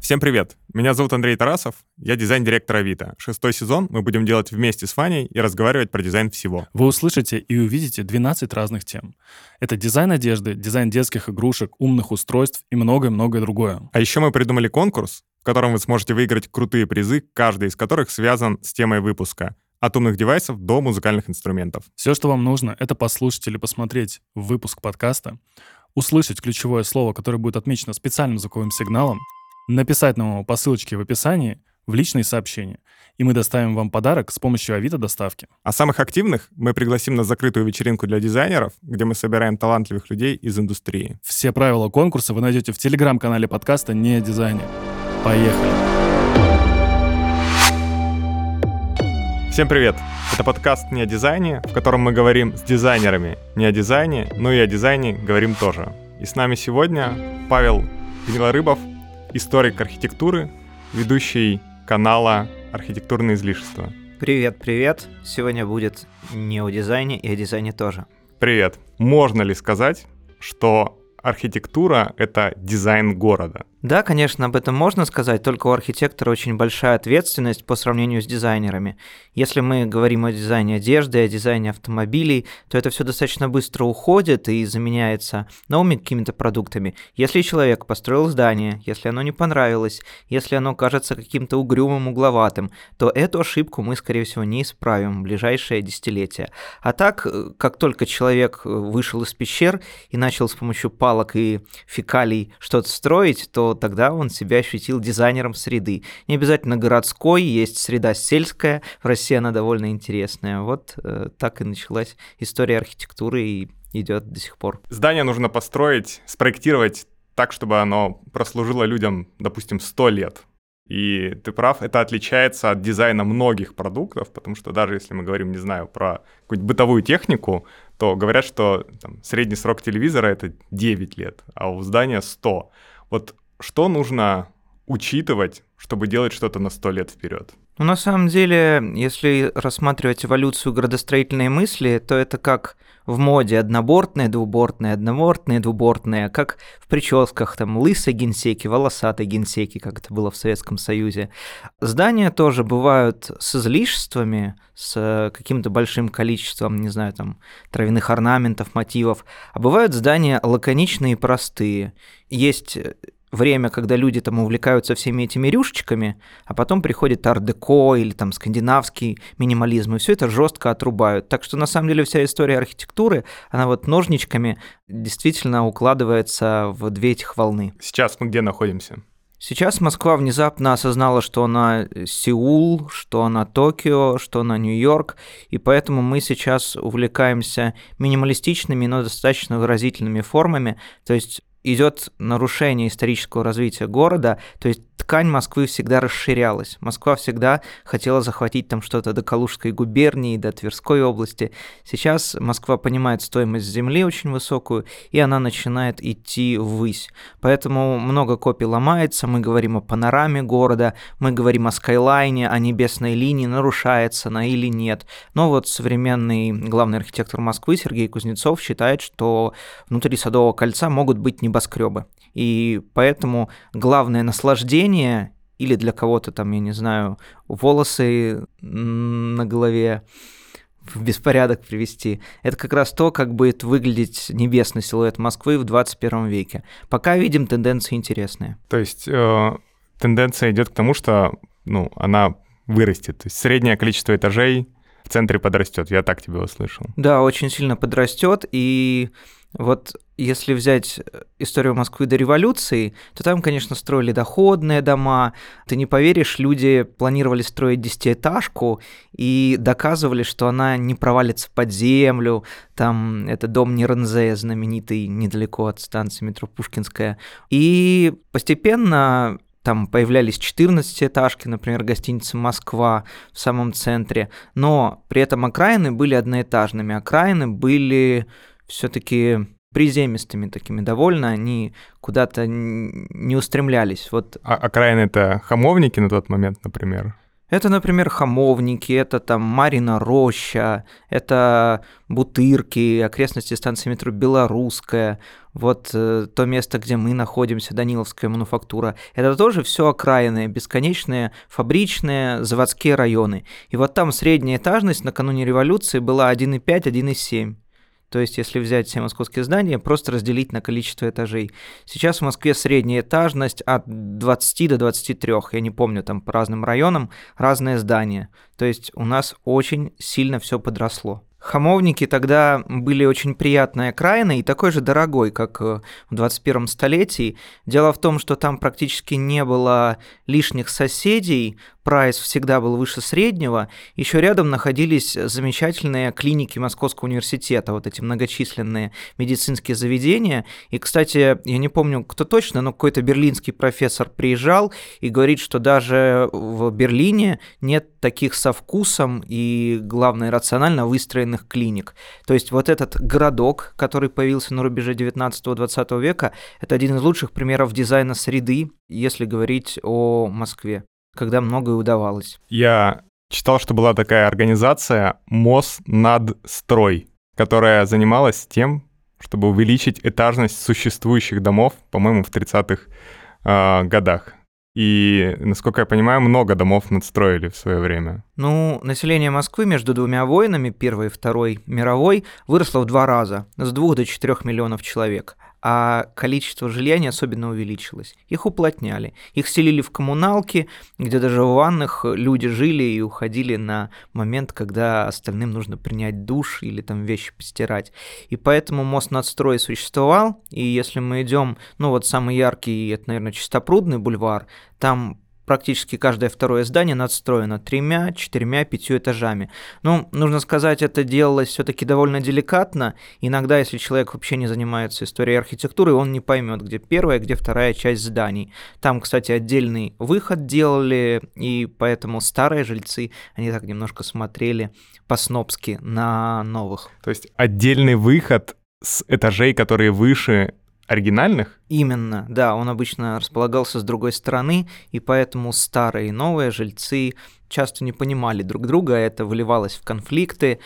Всем привет! Меня зовут Андрей Тарасов, я дизайн-директор Авито. 6-й сезон мы будем делать вместе с Ваней и разговаривать про дизайн всего. Вы услышите и увидите 12 разных тем. Это дизайн одежды, дизайн детских игрушек, умных устройств и многое-многое другое. А еще мы придумали конкурс, в котором вы сможете выиграть крутые призы, каждый из которых связан с темой выпуска. От умных девайсов до музыкальных инструментов. Все, что вам нужно, это послушать или посмотреть выпуск подкаста, услышать ключевое слово, которое будет отмечено специальным звуковым сигналом, написать нам его по ссылочке в описании в личные сообщения, и мы доставим вам подарок с помощью Авито доставки. А самых активных мы пригласим на закрытую вечеринку для дизайнеров, где мы собираем талантливых людей из индустрии. Все правила конкурса вы найдете в телеграм-канале подкаста «Не о дизайне». Поехали! Всем привет! Это подкаст «Не о дизайне», в котором мы говорим с дизайнерами не о дизайне, но и о дизайне говорим тоже. И с нами сегодня Павел Гнилорыбов, историк архитектуры, ведущий канала «Архитектурные излишества». Привет. Сегодня будет не о дизайне и о дизайне тоже. Привет. Можно ли сказать, что архитектура — это дизайн города? Да, конечно, об этом можно сказать, только у архитектора очень большая ответственность по сравнению с дизайнерами. Если мы говорим о дизайне одежды, о дизайне автомобилей, то это все достаточно быстро уходит и заменяется новыми какими-то продуктами. Если человек построил здание, если оно не понравилось, если оно кажется каким-то угрюмым, угловатым, то эту ошибку мы, скорее всего, не исправим в ближайшее десятилетие. А так, как только человек вышел из пещер и начал с помощью палок и фекалий что-то строить, то тогда он себя ощутил дизайнером среды. Не обязательно городской, есть среда сельская, в России она довольно интересная. Вот так и началась история архитектуры и идет до сих пор. Здание нужно построить, спроектировать так, чтобы оно прослужило людям, допустим, 100 лет. И ты прав, это отличается от дизайна многих продуктов, потому что даже если мы говорим, не знаю, про какую-нибудь бытовую технику, то говорят, что там, средний срок телевизора — это 9 лет, а у здания 100. Вот что нужно учитывать, чтобы делать что-то на 100 лет вперед? Ну, на самом деле, если рассматривать эволюцию градостроительной мысли, то это как в моде однобортные, двубортные, однобортные, двубортные, как в прическах, там, лысые генсеки, волосатые генсеки, как это было в Советском Союзе. Здания тоже бывают с излишествами, с каким-то большим количеством, не знаю, там, травяных орнаментов, мотивов, а бывают здания лаконичные и простые. Есть время, когда люди там увлекаются всеми этими рюшечками, а потом приходит ар-деко или там скандинавский минимализм, и все это жестко отрубают. Так что на самом деле вся история архитектуры, она вот ножничками действительно укладывается в две этих волны. Сейчас мы где находимся? Сейчас Москва внезапно осознала, что она Сеул, что она Токио, что она Нью-Йорк, и поэтому мы сейчас увлекаемся минималистичными, но достаточно выразительными формами, то есть идет нарушение исторического развития города, то есть ткань Москвы всегда расширялась. Москва всегда хотела захватить там что-то до Калужской губернии, до Тверской области. Сейчас Москва понимает стоимость земли очень высокую, и она начинает идти ввысь. Поэтому много копий ломается, мы говорим о панораме города, мы говорим о скайлайне, о небесной линии, нарушается она или нет. Но вот современный главный архитектор Москвы Сергей Кузнецов считает, что внутри Садового кольца могут быть небоскребы. И поэтому главное наслаждение, или для кого-то там, я не знаю, волосы на голове в беспорядок привести, это как раз то, как будет выглядеть небесный силуэт Москвы в 21 веке. Пока видим тенденции интересные. То есть тенденция идет к тому, что она вырастет. То есть среднее количество этажей в центре подрастет. Я так тебя услышал. Да, очень сильно подрастет. И вот если взять историю Москвы до революции, то там, конечно, строили доходные дома. Ты не поверишь, люди планировали строить 10-этажку и доказывали, что она не провалится под землю. Там это дом Нернзе, знаменитый, недалеко от станции метро Пушкинская. И постепенно там появлялись 14-этажки, например, гостиница «Москва» в самом центре, но при этом окраины были одноэтажными, окраины были все-таки приземистыми такими довольно, они куда-то не устремлялись. Вот. А окраины — это Хамовники на тот момент, например? Это, например, Хамовники, это там Марьина Роща, это Бутырки, окрестности станции метро Белорусская, вот то место, где мы находимся, Даниловская мануфактура. Это тоже все окраины, бесконечные фабричные заводские районы. И вот там средняя этажность накануне революции была 1,5, 1,7. То есть, если взять все московские здания, просто разделить на количество этажей. Сейчас в Москве средняя этажность от 20 до 23. Я не помню, там по разным районам разные здания. То есть, у нас очень сильно все подросло. Хамовники тогда были очень приятной окраиной и такой же дорогой, как в 21 столетии. Дело в том, что там практически не было лишних соседей, прайс всегда был выше среднего. Еще рядом находились замечательные клиники Московского университета, вот эти многочисленные медицинские заведения. И, кстати, я не помню, кто точно, но какой-то берлинский профессор приезжал и говорит, что даже в Берлине нет таких со вкусом и, главное, рационально выстроенных клиник. То есть вот этот городок, который появился на рубеже 19-20 века, это один из лучших примеров дизайна среды, если говорить о Москве, когда многое удавалось. Я читал, что была такая организация Моснадстрой, которая занималась тем, чтобы увеличить этажность существующих домов, по-моему, в 30-х годах. И, насколько я понимаю, много домов надстроили в свое время. Ну, население Москвы между двумя войнами, Первой и Второй мировой, выросло в 2 раза, с 2 до 4 миллионов человек. А количество жилья не особенно увеличилось. Их уплотняли. Их селили в коммуналки, где даже в ваннах люди жили и уходили на момент, когда остальным нужно принять душ или там вещи постирать. И поэтому Моснадстрой существовал. И если мы идем, ну вот самый яркий, это, наверное, Чистопрудный бульвар, там практически каждое второе здание надстроено 3, 4, 5 этажами. Ну, нужно сказать, это делалось все-таки довольно деликатно. Иногда, если человек вообще не занимается историей архитектуры, он не поймет, где первая, где вторая часть зданий. Там, кстати, отдельный выход делали, и поэтому старые жильцы, они так немножко смотрели по-снобски на новых. То есть отдельный выход с этажей, которые выше оригинальных? Именно, да, он обычно располагался с другой стороны, и поэтому старые и новые жильцы часто не понимали друг друга, это выливалось в конфликты,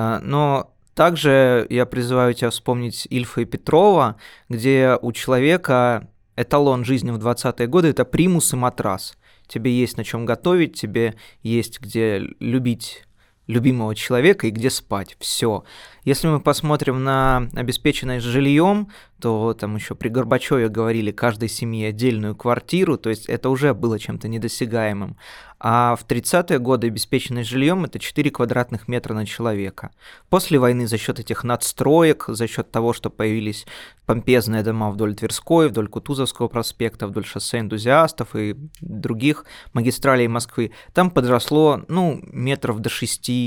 но также я призываю тебя вспомнить Ильфа и Петрова, где у человека эталон жизни в 20-е годы – это примус и матрас. Тебе есть на чем готовить, тебе есть где любить любимого человека и где спать. Все. Если мы посмотрим на обеспеченность жильем, то там еще при Горбачеве говорили каждой семье отдельную квартиру, то есть это уже было чем-то недосягаемым. А в 30-е годы обеспеченность жильем это 4 квадратных метра на человека. После войны за счет этих надстроек, за счет того, что появились помпезные дома вдоль Тверской, вдоль Кутузовского проспекта, вдоль шоссе Энтузиастов и других магистралей Москвы, там подросло, метров до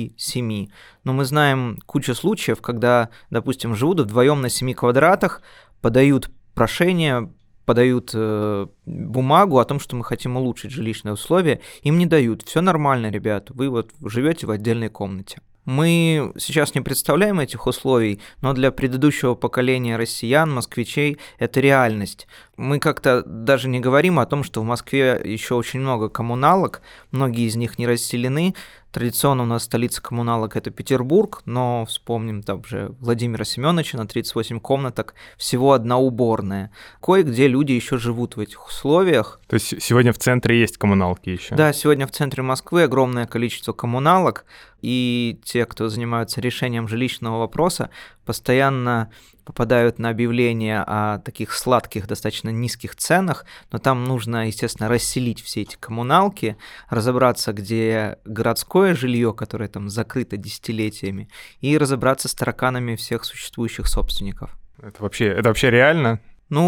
6-7. Но мы знаем кучу случаев, когда, допустим, живут вдвоем на 7 квадратах, подают прошение, подают бумагу о том, что мы хотим улучшить жилищные условия, им не дают. Все нормально, ребят, вы вот живете в отдельной комнате. Мы сейчас не представляем этих условий, но для предыдущего поколения россиян, москвичей, это реальность. Мы как-то даже не говорим о том, что в Москве еще очень много коммуналок, многие из них не расселены. Традиционно у нас столица коммуналок – это Петербург, но вспомним там же Владимира Семеновича на 38 комнаток, всего одна уборная. Кое-где люди еще живут в этих условиях. То есть сегодня в центре есть коммуналки еще? Да, сегодня в центре Москвы огромное количество коммуналок, и те, кто занимаются решением жилищного вопроса, постоянно попадают на объявления о таких сладких, достаточно низких ценах, но там нужно, естественно, расселить все эти коммуналки, разобраться, где городское жилье, которое там закрыто десятилетиями, и разобраться с тараканами всех существующих собственников. Это вообще реально?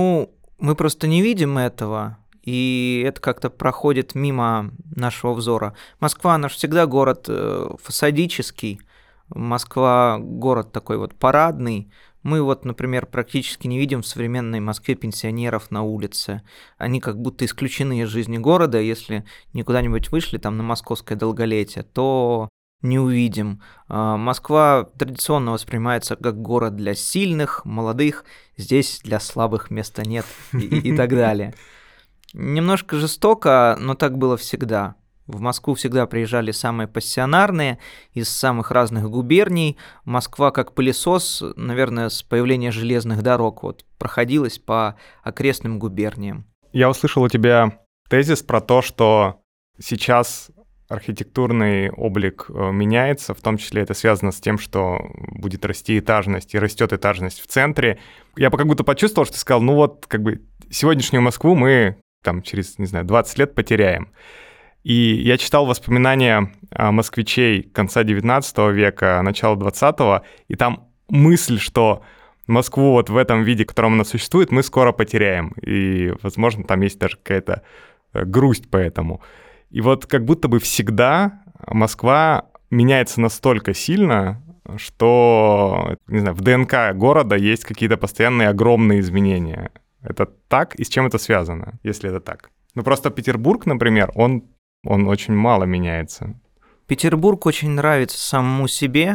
Мы просто не видим этого, и это как-то проходит мимо нашего взора. Москва, она же всегда город фасадический, Москва город такой вот парадный. Мы вот, например, практически не видим в современной Москве пенсионеров на улице. Они как будто исключены из жизни города. Если не куда-нибудь вышли там на московское долголетие, то не увидим. Москва традиционно воспринимается как город для сильных, молодых. Здесь для слабых места нет и так далее. Немножко жестоко, но так было всегда. В Москву всегда приезжали самые пассионарные из самых разных губерний. Москва как пылесос, наверное, с появления железных дорог вот, проходилась по окрестным губерниям. Я услышал у тебя тезис про то, что сейчас архитектурный облик меняется, в том числе это связано с тем, что будет расти этажность, и растет этажность в центре. Я как будто почувствовал, что ты сказал, ну вот, как бы сегодняшнюю Москву мы там через, не знаю, 20 лет потеряем. И я читал воспоминания москвичей конца 19 века, начала 20-го, и там мысль, что Москву вот в этом виде, в котором она существует, мы скоро потеряем. И, возможно, там есть даже какая-то грусть по этому. И вот как будто бы всегда Москва меняется настолько сильно, что, не знаю, в ДНК города есть какие-то постоянные огромные изменения. Это так? И с чем это связано, если это так? Ну, просто Петербург, например, он очень мало меняется. Петербург очень нравится самому себе,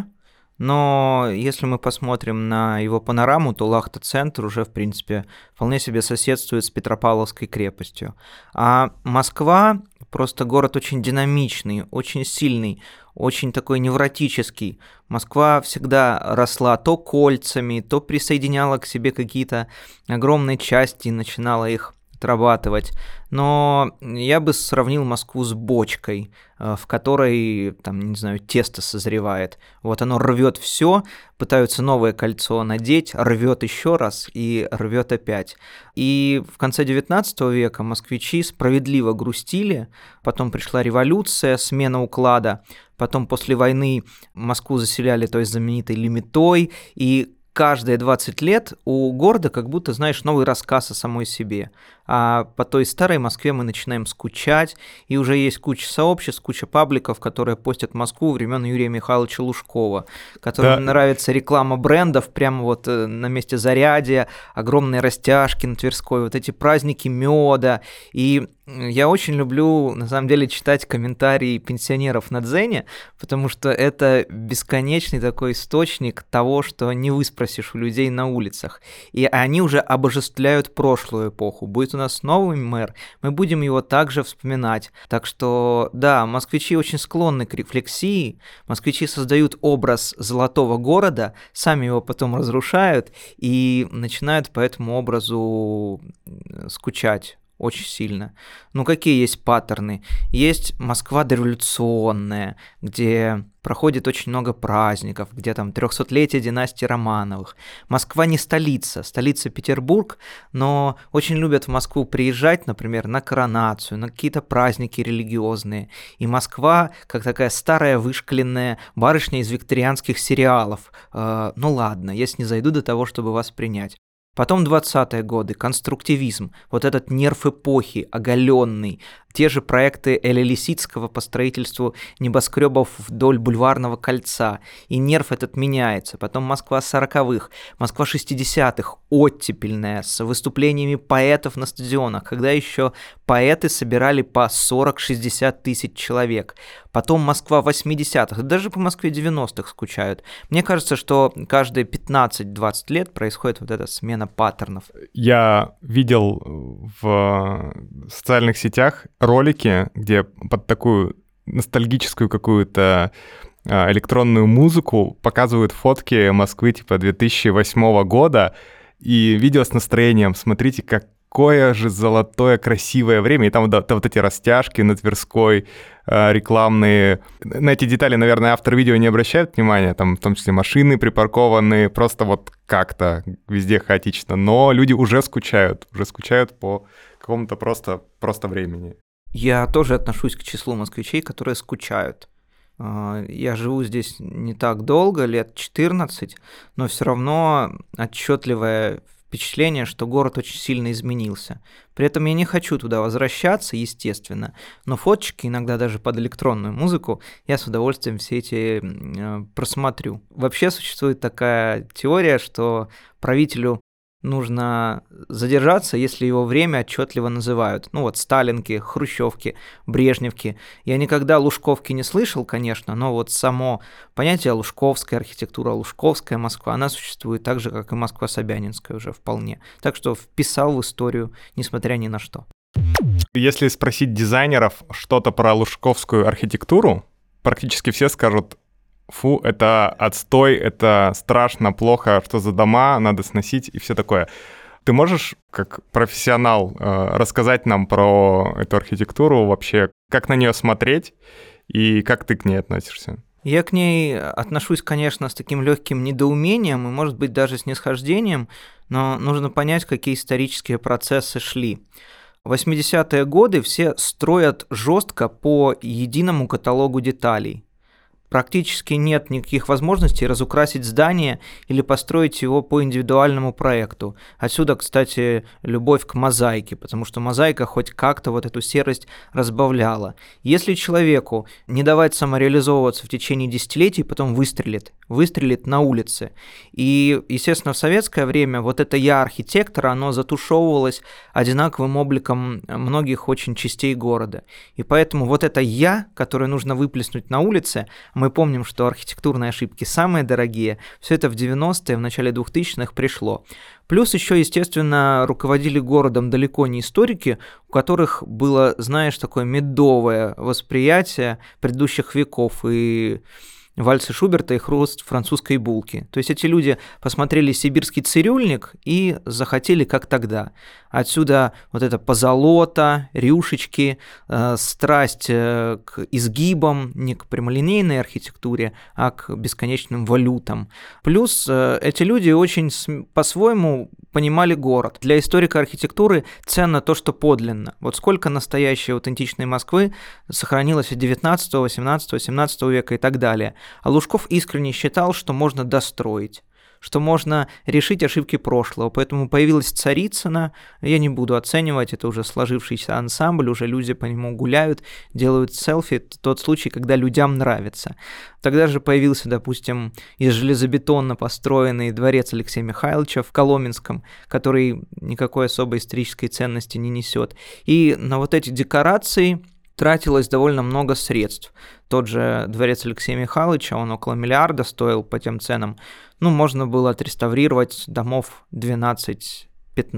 но если мы посмотрим на его панораму, то Лахта-центр уже, в принципе, вполне себе соседствует с Петропавловской крепостью. А Москва просто город очень динамичный, очень сильный, очень такой невротический. Москва всегда росла то кольцами, то присоединяла к себе какие-то огромные части и начинала их отрабатывать. Но я бы сравнил Москву с бочкой, в которой, там, не знаю, тесто созревает. Вот оно рвет все, пытаются новое кольцо надеть, рвет еще раз и рвет опять. И в конце 19 века москвичи справедливо грустили, потом пришла революция, смена уклада, потом после войны Москву заселяли той знаменитой Лимитой, и каждые 20 лет у города как будто, знаешь, новый рассказ о самой себе. А по той старой Москве мы начинаем скучать, и уже есть куча сообществ, куча пабликов, которые постят Москву времен Юрия Михайловича Лужкова, которым нравится реклама брендов прямо вот на месте Зарядья, огромные растяжки на Тверской, вот эти праздники меда. И я очень люблю, на самом деле, читать комментарии пенсионеров на Дзене, потому что это бесконечный такой источник того, что не выспросишь у людей на улицах. И они уже обожествляют прошлую эпоху. Будет у нас новый мэр, мы будем его также вспоминать. Так что, да, москвичи очень склонны к рефлексии, москвичи создают образ золотого города, сами его потом разрушают и начинают по этому образу скучать очень сильно. Ну, какие есть паттерны? Есть Москва дореволюционная, где проходит очень много праздников, где там 300-летие династии Романовых. Москва не столица, столица Петербург, но очень любят в Москву приезжать, например, на коронацию, на какие-то праздники религиозные. И Москва, как такая старая вышкаленная барышня из викторианских сериалов. Ну ладно, я снизойду до того, чтобы вас принять. Потом 20-е годы, конструктивизм, вот этот нерв эпохи, оголенный, те же проекты Эля Лисицкого по строительству небоскребов вдоль Бульварного кольца, и нерв этот меняется. Потом Москва 40-х, Москва 60-х, оттепельная, с выступлениями поэтов на стадионах, когда еще поэты собирали по 40-60 тысяч человек. Потом Москва 80-х, даже по Москве 90-х скучают. Мне кажется, что каждые 15-20 лет происходит вот эта смена паттернов. Я видел в социальных сетях ролики, где под такую ностальгическую какую-то электронную музыку показывают фотки Москвы типа 2008 года и видео с настроением. Смотрите, какое же золотое красивое время. И там вот эти растяжки на Тверской, рекламные. На эти детали, наверное, автор видео не обращает внимания. Там в том числе машины припаркованы, просто вот как-то везде хаотично. Но люди уже скучают по какому-то просто времени. Я тоже отношусь к числу москвичей, которые скучают. Я живу здесь не так долго, лет 14, но все равно отчетливое впечатление, что город очень сильно изменился. При этом я не хочу туда возвращаться, естественно, но фоточки, иногда даже под электронную музыку, я с удовольствием все эти просмотрю. Вообще существует такая теория, что правителю нужно задержаться, если его время отчетливо называют. Ну вот Сталинки, Хрущевки, Брежневки. Я никогда Лужковки не слышал, конечно, но вот само понятие лужковская архитектура, лужковская Москва, она существует так же, как и Москва Собянинская уже вполне. Так что вписал в историю, несмотря ни на что. Если спросить дизайнеров что-то про лужковскую архитектуру, практически все скажут: фу, это отстой, это страшно, плохо, что за дома, надо сносить и все такое. Ты можешь, как профессионал, рассказать нам про эту архитектуру вообще, как на нее смотреть и как ты к ней относишься? Я к ней отношусь, конечно, с таким легким недоумением и, может быть, даже снисхождением, но нужно понять, какие исторические процессы шли. В 80-е годы все строят жестко по единому каталогу деталей. Практически нет никаких возможностей разукрасить здание или построить его по индивидуальному проекту. Отсюда, кстати, любовь к мозаике, потому что мозаика хоть как-то вот эту серость разбавляла. Если человеку не давать самореализовываться в течение десятилетий, потом выстрелит на улице. И, естественно, в советское время вот это «я архитектор», оно затушевывалось одинаковым обликом многих очень частей города. И поэтому вот это «я», которое нужно выплеснуть на улице, мы помним, что архитектурные ошибки самые дорогие, все это в 90-е, в начале 2000-х пришло. Плюс еще, естественно, руководили городом далеко не историки, у которых было, знаешь, такое медовое восприятие предыдущих веков и вальсы Шуберта и хруст французской булки. То есть эти люди посмотрели «Сибирский цирюльник» и захотели как тогда. Отсюда вот это позолота, рюшечки, страсть к изгибам, не к прямолинейной архитектуре, а к бесконечным валютам. Плюс эти люди очень по-своему понимали город. Для историка архитектуры ценно то, что подлинно. Вот сколько настоящей аутентичной Москвы сохранилось от 19, 18, 17 века и так далее. А Лужков искренне считал, что можно достроить, что можно решить ошибки прошлого. Поэтому появилась Царицына. Я не буду оценивать, это уже сложившийся ансамбль, уже люди по нему гуляют, делают селфи. Это тот случай, когда людям нравится. Тогда же появился, допустим, из железобетона построенный дворец Алексея Михайловича в Коломенском, который никакой особой исторической ценности не несет. И на вот эти декорации тратилось довольно много средств. Тот же дворец Алексея Михайловича, он около миллиарда стоил по тем ценам. Можно было отреставрировать домов 12-15.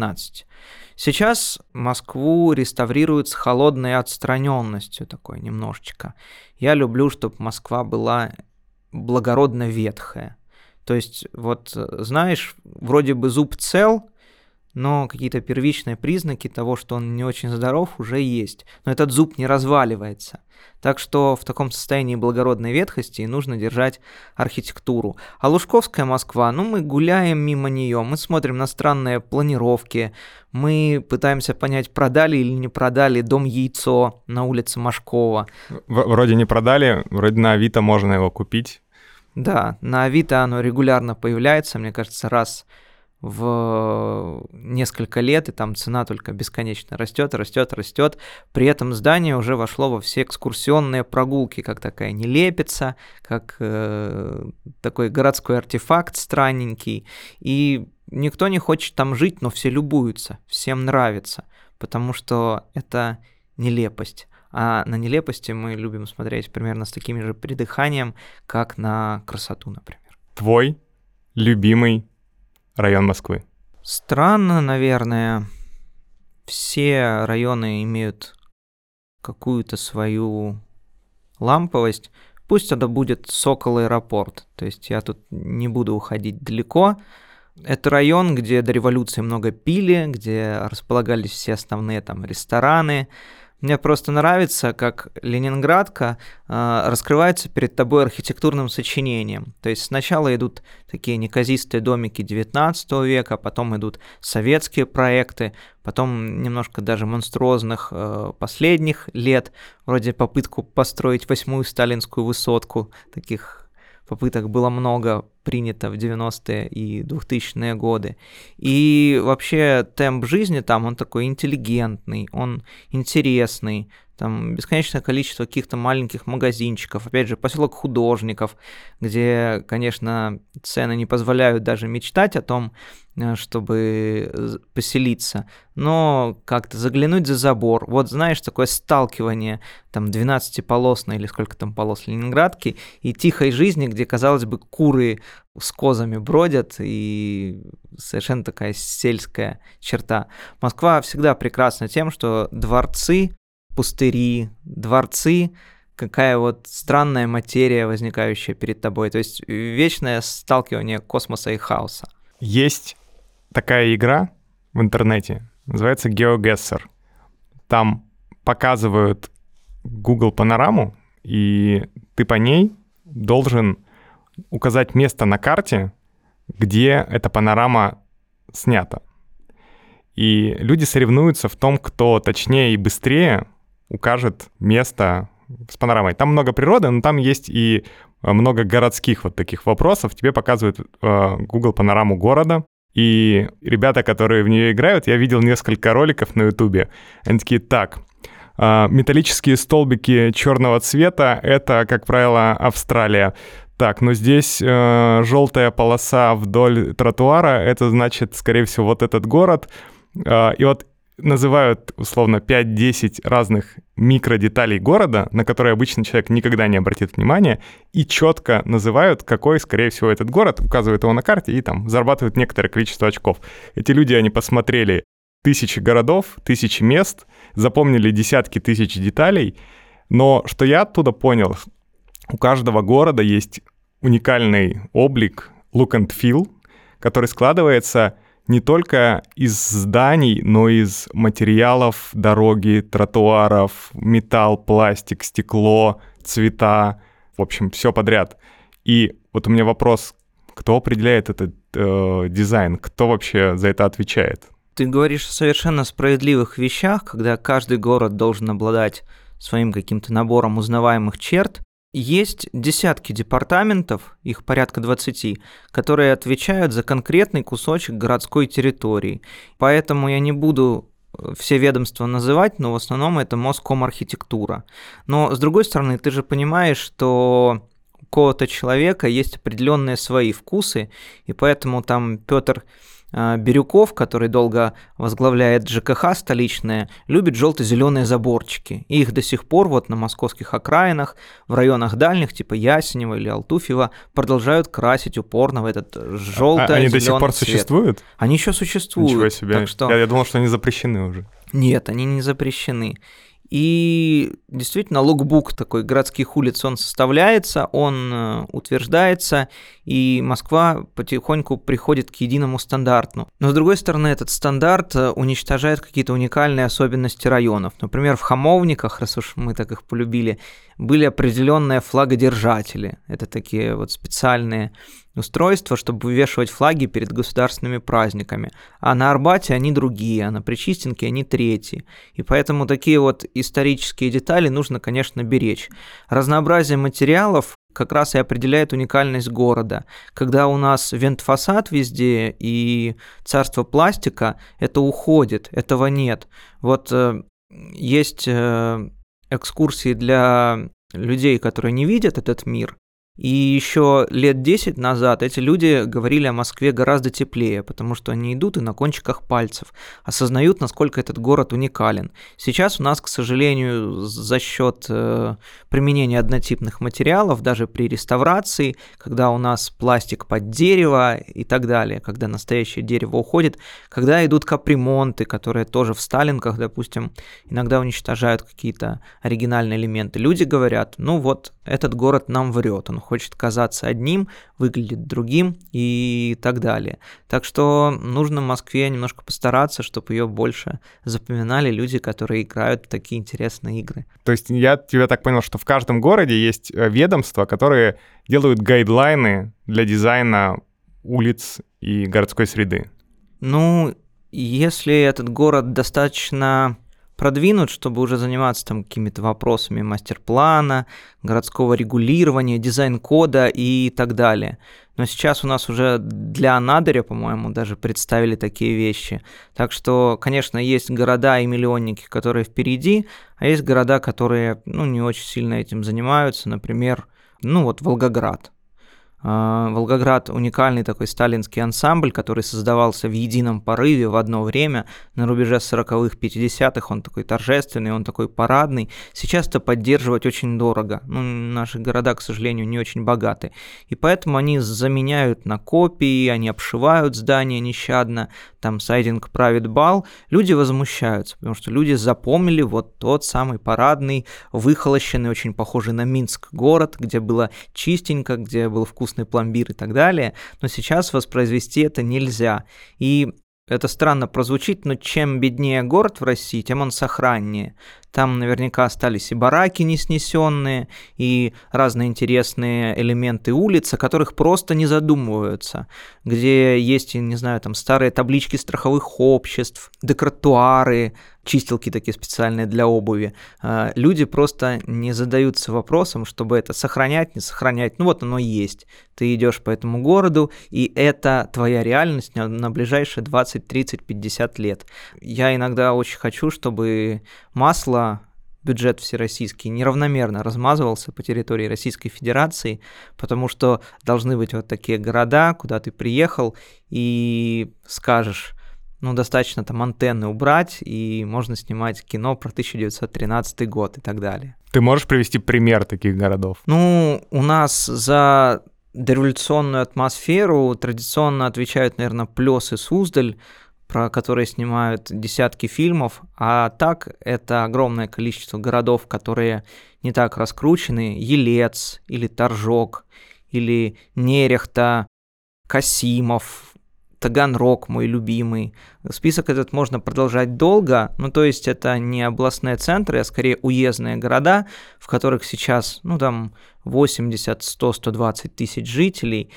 Сейчас Москву реставрируют с холодной отстраненностью такой немножечко. Я люблю, чтобы Москва была благородно ветхая. То есть, вот знаешь, вроде бы зуб цел, но какие-то первичные признаки того, что он не очень здоров, уже есть. Но этот зуб не разваливается. Так что в таком состоянии благородной ветхости и нужно держать архитектуру. А Лужковская Москва, мы гуляем мимо нее, мы смотрим на странные планировки, мы пытаемся понять, продали или не продали дом Яйцо на улице Машкова. Вроде не продали, вроде на Авито можно его купить. Да, на Авито оно регулярно появляется, мне кажется, раз в несколько лет, и там цена только бесконечно растет. При этом здание уже вошло во все экскурсионные прогулки, как такая нелепица, как такой городской артефакт странненький. И никто не хочет там жить, но все любуются, всем нравится, потому что это нелепость. А на нелепости мы любим смотреть примерно с таким же придыханием, как на красоту, например. Твой любимый район Москвы? Странно, наверное. Все районы имеют какую-то свою ламповость. Пусть это будет Сокол аэропорт. То есть я тут не буду уходить далеко. Это район, где до революции много пили, где располагались все основные там рестораны. Мне просто нравится, как Ленинградка раскрывается перед тобой архитектурным сочинением. То есть сначала идут такие неказистые домики 19 века, потом идут советские проекты, потом немножко даже монструозных последних лет, вроде попытку построить 8-ю сталинскую высотку. Таких попыток было много принято в 90-е и 2000-е годы. И вообще темп жизни там, он такой интеллигентный, он интересный. Там бесконечное количество каких-то маленьких магазинчиков. Опять же, поселок художников, где, конечно, цены не позволяют даже мечтать о том, чтобы поселиться, но как-то заглянуть за забор. Вот знаешь, такое сталкивание там 12-полосной или сколько там полос Ленинградки и тихой жизни, где, казалось бы, куры с козами бродят, и совершенно такая сельская черта. Москва всегда прекрасна тем, что дворцы, пустыри, дворцы, какая вот странная материя, возникающая перед тобой. То есть вечное сталкивание космоса и хаоса. Есть такая игра в интернете, называется GeoGuessr. Там показывают Google панораму, и ты по ней должен указать место на карте, где эта панорама снята. И люди соревнуются в том, кто точнее и быстрее укажет место с панорамой. Там много природы, но там есть и много городских вот таких вопросов. Тебе показывают Google панораму города. И ребята, которые в нее играют, я видел несколько роликов на Ютубе. Они такие: так, металлические столбики черного цвета — это, как правило, Австралия. Так, но здесь желтая полоса вдоль тротуара — это значит, скорее всего, вот этот город. И вот называют, условно, 5-10 разных микродеталей города, на которые обычный человек никогда не обратит внимания, и четко называют, какой, скорее всего, этот город, указывают его на карте и там зарабатывают некоторое количество очков. Эти люди, они посмотрели тысячи городов, тысячи мест, запомнили десятки тысяч деталей, но что я оттуда понял, у каждого города есть уникальный облик, look and feel, который складывается не только из зданий, но и из материалов дороги, тротуаров, металл, пластик, стекло, цвета, в общем, все подряд. И вот у меня вопрос: кто определяет этот дизайн? Кто вообще за это отвечает? Ты говоришь о совершенно справедливых вещах, когда каждый город должен обладать своим каким-то набором узнаваемых черт. Есть десятки департаментов, их порядка 20, которые отвечают за конкретный кусочек городской территории. Поэтому я не буду все ведомства называть, но в основном это Москомархитектура. Но, с другой стороны, ты же понимаешь, что у какого-то человека есть определенные свои вкусы, и поэтому там Петр Бирюков, который долго возглавляет ЖКХ столичное, любит желто-зеленые заборчики. И их до сих пор вот на московских окраинах, в районах дальних, типа Ясенева или Алтуфьева, продолжают красить упорно в этот желто-зеленый Они до сих пор цвет. Существуют? Они еще существуют. Ничего себе. Так что... Я думал, что они запрещены уже. Нет, они не запрещены. И действительно, лукбук такой городских улиц, он составляется, он утверждается, и Москва потихоньку приходит к единому стандарту. Но, с другой стороны, этот стандарт уничтожает какие-то уникальные особенности районов. Например, в Хамовниках, раз уж мы так их полюбили, были определенные флагодержатели. Это такие вот специальные устройства, чтобы вывешивать флаги перед государственными праздниками. А на Арбате они другие, а на Причистенке они третьи. И поэтому такие вот исторические детали нужно, конечно, беречь. Разнообразие материалов как раз и определяет уникальность города. Когда у нас вентфасад везде и царство пластика, это уходит, этого нет. Вот есть экскурсии для людей, которые не видят этот мир. И еще лет 10 назад эти люди говорили о Москве гораздо теплее, потому что они идут и на кончиках пальцев осознают, насколько этот город уникален. Сейчас у нас, к сожалению, за счет применения однотипных материалов, даже при реставрации, когда у нас пластик под дерево и так далее, когда настоящее дерево уходит, когда идут капремонты, которые тоже в сталинках, допустим, иногда уничтожают какие-то оригинальные элементы. Люди говорят: ну вот, этот город нам врет, он хочет казаться одним, выглядит другим и так далее. Так что нужно Москве немножко постараться, чтобы ее больше запоминали люди, которые играют в такие интересные игры. То есть я тебя так понял, что в каждом городе есть ведомства, которые делают гайдлайны для дизайна улиц и городской среды. Ну, если этот город достаточно продвинут, чтобы уже заниматься там какими-то вопросами мастер-плана, городского регулирования, дизайн-кода и так далее. Но сейчас у нас уже для Анадыря, по-моему, даже представили такие вещи. Так что, конечно, есть города и миллионники, которые впереди, а есть города, которые, не очень сильно этим занимаются. Например, вот Волгоград. Волгоград — уникальный такой сталинский ансамбль, который создавался в едином порыве в одно время, на рубеже 40-х, 50-х, он такой торжественный, он такой парадный. Сейчас это поддерживать очень дорого. Наши города, к сожалению, не очень богаты. И поэтому они заменяют на копии, они обшивают здания нещадно, там сайдинг правит бал. Люди возмущаются, потому что люди запомнили вот тот самый парадный, выхолощенный, очень похожий на Минск город, где было чистенько, где был вкусный пломбир и так далее, но сейчас воспроизвести это нельзя. И это странно прозвучит, но чем беднее город в России, тем он сохраннее. Там наверняка остались и бараки не снесенные, и разные интересные элементы улиц, о которых просто не задумываются, где есть, не знаю, там старые таблички страховых обществ, детротуары, чистилки такие специальные для обуви. Люди просто не задаются вопросом, чтобы это сохранять, не сохранять. Ну вот оно есть. Ты идешь по этому городу, и это твоя реальность на ближайшие 20, 30, 50 лет. Я иногда очень хочу, чтобы масло, бюджет всероссийский, неравномерно размазывался по территории Российской Федерации, потому что должны быть вот такие города, куда ты приехал и скажешь: достаточно там антенны убрать, и можно снимать кино про 1913 год и так далее. Ты можешь привести пример таких городов? У нас за дореволюционную атмосферу традиционно отвечают, наверное, Плёс и Суздаль, про которые снимают десятки фильмов, а так это огромное количество городов, которые не так раскручены: Елец или Торжок, или Нерехта, Касимов, Таганрог, мой любимый. Список этот можно продолжать долго, то есть это не областные центры, а скорее уездные города, в которых сейчас, там 80, 100, 120 тысяч жителей,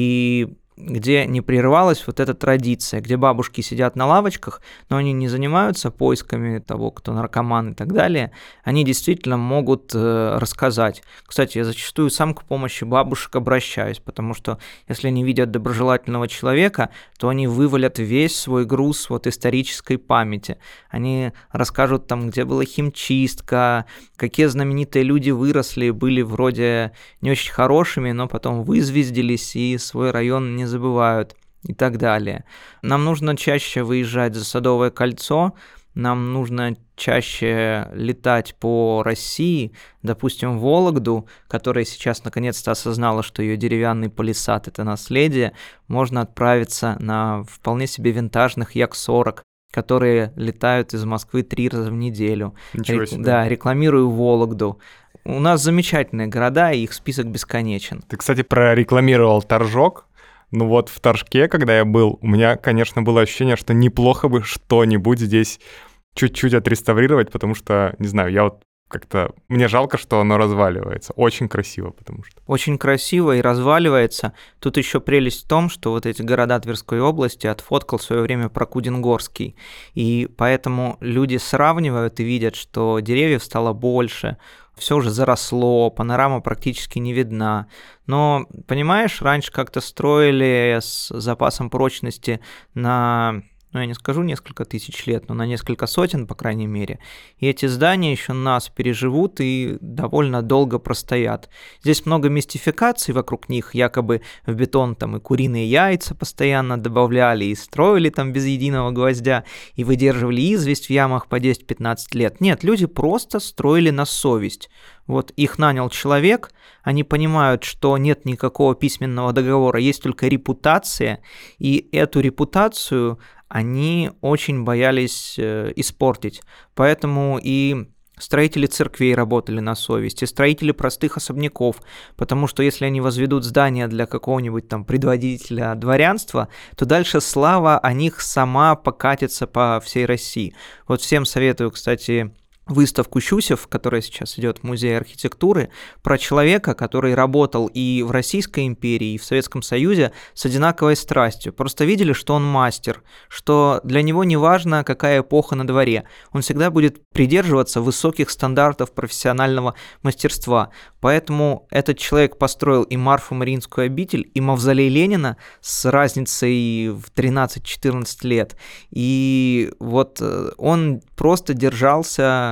и где не прервалась вот эта традиция, где бабушки сидят на лавочках, но они не занимаются поисками того, кто наркоман и так далее, они действительно могут рассказать. Кстати, я зачастую сам к помощи бабушек обращаюсь, потому что если они видят доброжелательного человека, то они вывалят весь свой груз исторической памяти. Они расскажут там, где была химчистка, какие знаменитые люди выросли, были вроде не очень хорошими, но потом вызвездились и свой район не забывают и так далее. Нам нужно чаще выезжать за Садовое кольцо, нам нужно чаще летать по России, допустим, в Вологду, которая сейчас наконец-то осознала, что ее деревянный палисад — это наследие, можно отправиться на вполне себе винтажных Як-40, которые летают из Москвы 3 раза в неделю. Ничего себе. Да, рекламирую Вологду. У нас замечательные города, и их список бесконечен. Ты, кстати, прорекламировал Торжок. В Торжке, когда я был, у меня, конечно, было ощущение, что неплохо бы что-нибудь здесь чуть-чуть отреставрировать, потому что, не знаю, мне жалко, что оно разваливается. Очень красиво, потому что. Очень красиво и разваливается. Тут еще прелесть в том, что эти города Тверской области отфоткал в свое время Прокудин-Горский. И поэтому люди сравнивают и видят, что деревьев стало больше, все уже заросло, панорама практически не видна. Но, понимаешь, раньше как-то строили с запасом прочности на, я не скажу несколько тысяч лет, но на несколько сотен, по крайней мере. И эти здания еще нас переживут и довольно долго простоят. Здесь много мистификаций вокруг них, якобы в бетон там и куриные яйца постоянно добавляли, и строили там без единого гвоздя, и выдерживали известь в ямах по 10-15 лет. Нет, люди просто строили на совесть. Их нанял человек, они понимают, что нет никакого письменного договора, есть только репутация, и эту репутацию они очень боялись испортить. Поэтому и строители церквей работали на совесть, и строители простых особняков, потому что если они возведут здание для какого-нибудь там предводителя дворянства, то дальше слава о них сама покатится по всей России. Всем советую, кстати, выставку Щусев, которая сейчас идет в Музее архитектуры, про человека, который работал и в Российской империи, и в Советском Союзе с одинаковой страстью. Просто видели, что он мастер, что для него не важно, какая эпоха на дворе. Он всегда будет придерживаться высоких стандартов профессионального мастерства. Поэтому этот человек построил и Марфу-Мариинскую обитель, и мавзолей Ленина с разницей в 13-14 лет. И он просто держался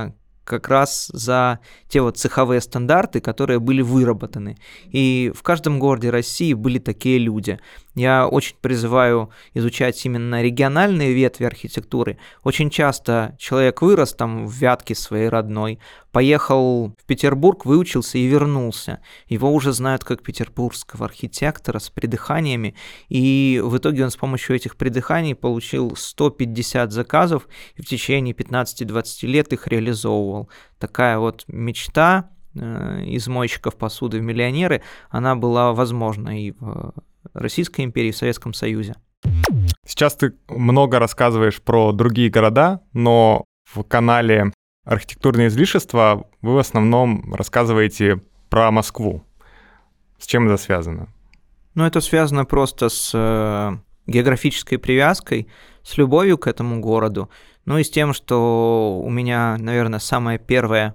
как раз за те вот цеховые стандарты, которые были выработаны. И в каждом городе России были такие люди. Я очень призываю изучать именно региональные ветви архитектуры. Очень часто человек вырос там в Вятке своей родной, поехал в Петербург, выучился и вернулся. Его уже знают как петербургского архитектора с придыханиями, и в итоге он с помощью этих придыханий получил 150 заказов и в течение 15-20 лет их реализовывал. Такая вот мечта из мойщиков посуды в миллионеры, она была возможна и в Российской империи, и в Советском Союзе. Сейчас ты много рассказываешь про другие города, но в канале «Архитектурные излишества» вы в основном рассказываете про Москву. С чем это связано? Ну, это связано просто с географической привязкой, с любовью к этому городу, ну и с тем, что у меня, наверное, самое первое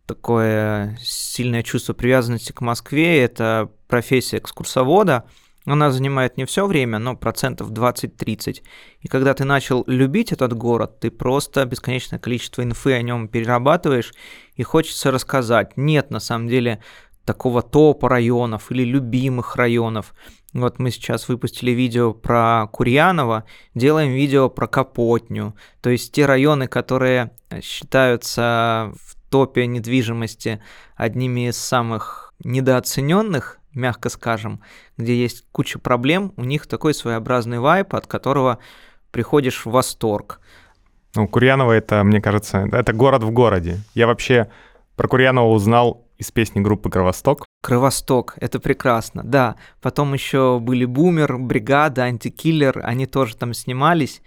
такое сильное чувство привязанности к Москве – это профессия экскурсовода. Она занимает не все время, но 20-30%. И когда ты начал любить этот город, ты просто бесконечное количество инфы о нем перерабатываешь, и хочется рассказать. Нет, на самом деле, такого топа районов или любимых районов. Вот мы сейчас выпустили видео про Курьяново, делаем видео про Капотню. То есть те районы, которые считаются в топе недвижимости одними из самых недооцененных, мягко скажем, где есть куча проблем, у них такой своеобразный вайб, от которого приходишь в восторг. Ну, Курьяново — это, мне кажется, это город в городе. Я вообще про Курьяново узнал из песни группы «Кровосток». «Кровосток» — это прекрасно, да. Потом еще были «Бумер», «Бригада», «Антикиллер», они тоже там снимались.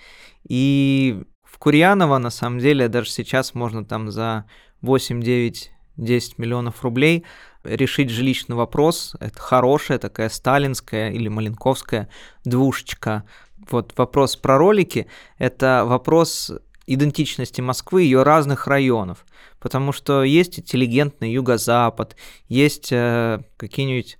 И в Курьяново, на самом деле, даже сейчас можно там за 8, 9, 10 миллионов рублей решить жилищный вопрос. Это хорошая такая сталинская или маленковская двушечка. Вот вопрос про ролики – это вопрос идентичности Москвы и ее разных районов. Потому что есть интеллигентный юго-запад, есть какие-нибудь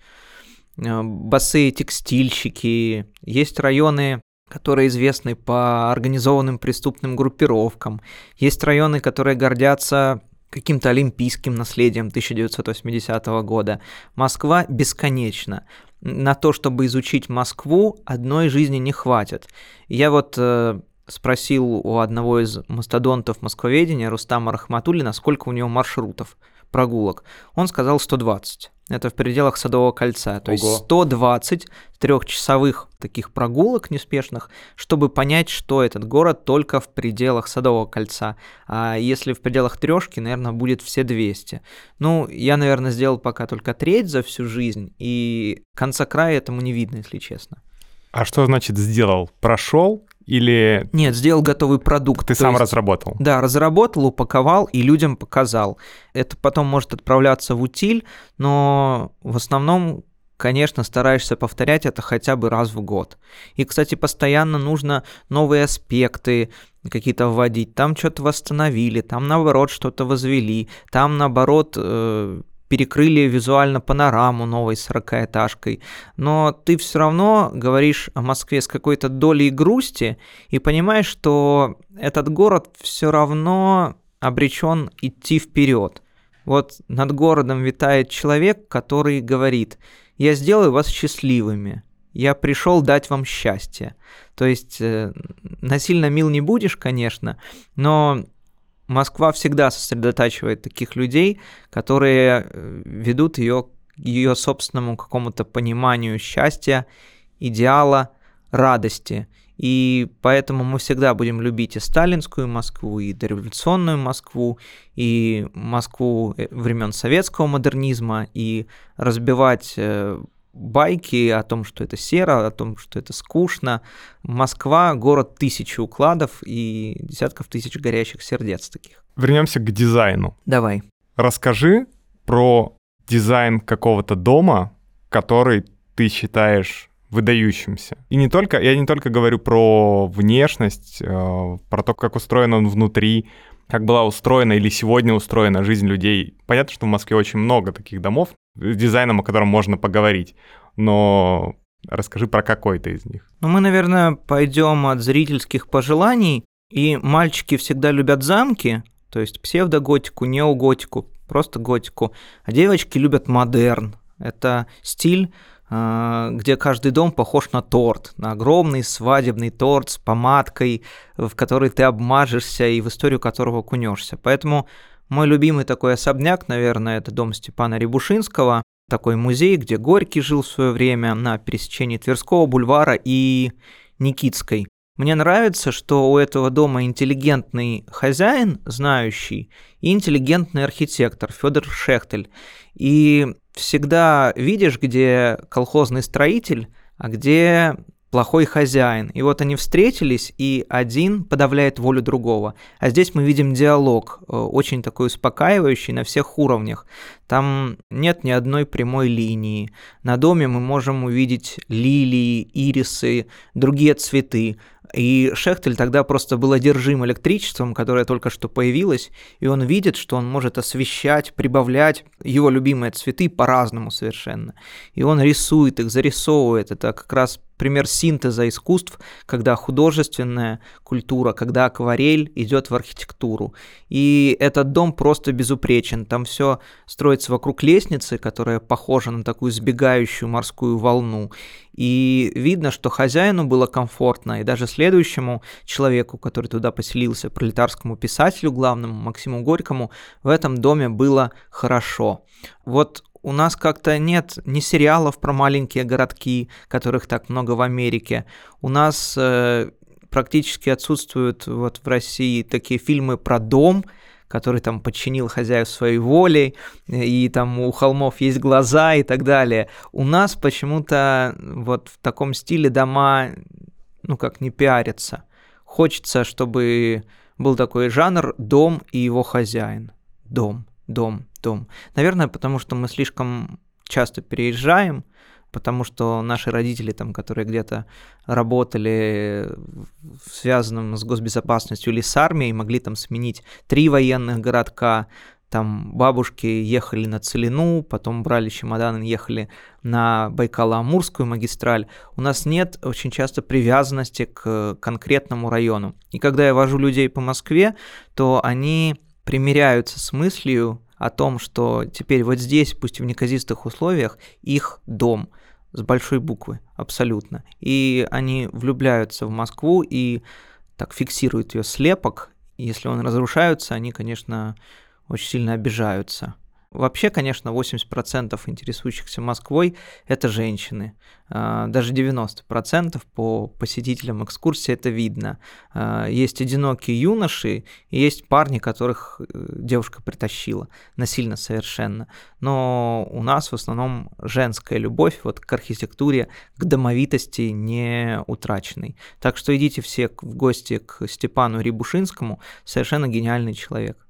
босые текстильщики, есть районы, которые известны по организованным преступным группировкам, есть районы, которые гордятся каким-то олимпийским наследием 1980 года. Москва бесконечна. На то, чтобы изучить Москву, одной жизни не хватит. Я вот спросил у одного из мастодонтов москвоведения, Рустама Рахматуллина, сколько у него маршрутов, прогулок. Он сказал 120. Это в пределах Садового кольца. То есть 120 трехчасовых таких прогулок неспешных, чтобы понять, что этот город только в пределах Садового кольца. А если в пределах трешки, наверное, будет все 200. Ну, я, наверное, сделал пока только треть за всю жизнь, и конца края этому не видно, если честно. А что значит сделал? Прошел или... Нет, сделал готовый продукт. Ты сам разработал? Да, разработал, упаковал и людям показал. Это потом может отправляться в утиль, но в основном, конечно, стараешься повторять это хотя бы раз в год. И, кстати, постоянно нужно новые аспекты какие-то вводить. Там что-то восстановили, там, наоборот, что-то возвели, там, наоборот... перекрыли визуально панораму новой 40-этажкой, но ты все равно говоришь о Москве с какой-то долей грусти и понимаешь, что этот город все равно обречен идти вперед. Вот над городом витает человек, который говорит: «Я сделаю вас счастливыми, я пришел дать вам счастье». То есть насильно мил не будешь, конечно, но... Москва всегда сосредотачивает таких людей, которые ведут ее к ее собственному какому-то пониманию счастья, идеала, радости. И поэтому мы всегда будем любить и сталинскую Москву, и дореволюционную Москву, и Москву времен советского модернизма, и разбивать байки о том, что это серо, о том, что это скучно. Москва — город тысячи укладов и десятков тысяч горящих сердец таких. Вернемся к дизайну. Давай. Расскажи про дизайн какого-то дома, который ты считаешь выдающимся. И я не только говорю про внешность, про то, как устроен он внутри, как была устроена или сегодня устроена жизнь людей. Понятно, что в Москве очень много таких домов с дизайном, о котором можно поговорить, но расскажи про какой-то из них. Ну, мы, наверное, пойдем от зрительских пожеланий. И мальчики всегда любят замки, то есть псевдоготику, неоготику, просто готику. А девочки любят модерн. Это стиль, где каждый дом похож на торт, на огромный свадебный торт с помадкой, в который ты обмажешься и в историю которого окунешься. Поэтому мой любимый такой особняк, наверное, это дом Степана Рябушинского, такой музей, где Горький жил в свое время на пересечении Тверского бульвара и Никитской. Мне нравится, что у этого дома интеллигентный хозяин, знающий, и интеллигентный архитектор Федор Шехтель. И всегда видишь, где колхозный строитель, а где плохой хозяин. И вот они встретились, и один подавляет волю другого. А здесь мы видим диалог, очень такой успокаивающий на всех уровнях. Там нет ни одной прямой линии. На доме мы можем увидеть лилии, ирисы, другие цветы. И Шехтель тогда просто был одержим электричеством, которое только что появилось, и он видит, что он может освещать, прибавлять его любимые цветы по-разному совершенно. И он рисует их, зарисовывает. Это как раз пример синтеза искусств, когда художественная культура, когда акварель идет в архитектуру. И этот дом просто безупречен. Там все строится вокруг лестницы, которая похожа на такую сбегающую морскую волну. И видно, что хозяину было комфортно, и даже следующему человеку, который туда поселился, пролетарскому писателю главному, Максиму Горькому, в этом доме было хорошо. Вот у нас как-то нет ни сериалов про маленькие городки, которых так много в Америке. У нас практически отсутствуют вот в России такие фильмы про дом, который там подчинил хозяев своей волей, и там у холмов есть глаза и так далее. У нас почему-то вот в таком стиле дома, как не пиарятся. Хочется, чтобы был такой жанр «дом и его хозяин». Дом. Наверное, потому что мы слишком часто переезжаем, потому что наши родители, там, которые где-то работали связанным с госбезопасностью или с армией, могли там сменить 3 военных городка, там бабушки ехали на Целину, потом брали чемодан и ехали на Байкало-Амурскую магистраль. У нас нет очень часто привязанности к конкретному району. И когда я вожу людей по Москве, то они примиряются с мыслью о том, что теперь вот здесь, пусть и в неказистых условиях, их дом с большой буквы, абсолютно. И они влюбляются в Москву и так фиксируют ее слепок. Если он разрушается, они, конечно, очень сильно обижаются. Вообще, конечно, 80% интересующихся Москвой – это женщины. Даже 90% по посетителям экскурсии это видно. Есть одинокие юноши, и есть парни, которых девушка притащила насильно совершенно. Но у нас в основном женская любовь вот к архитектуре, к домовитости не утраченной. Так что идите все в гости к Степану Рябушинскому, совершенно гениальный человек.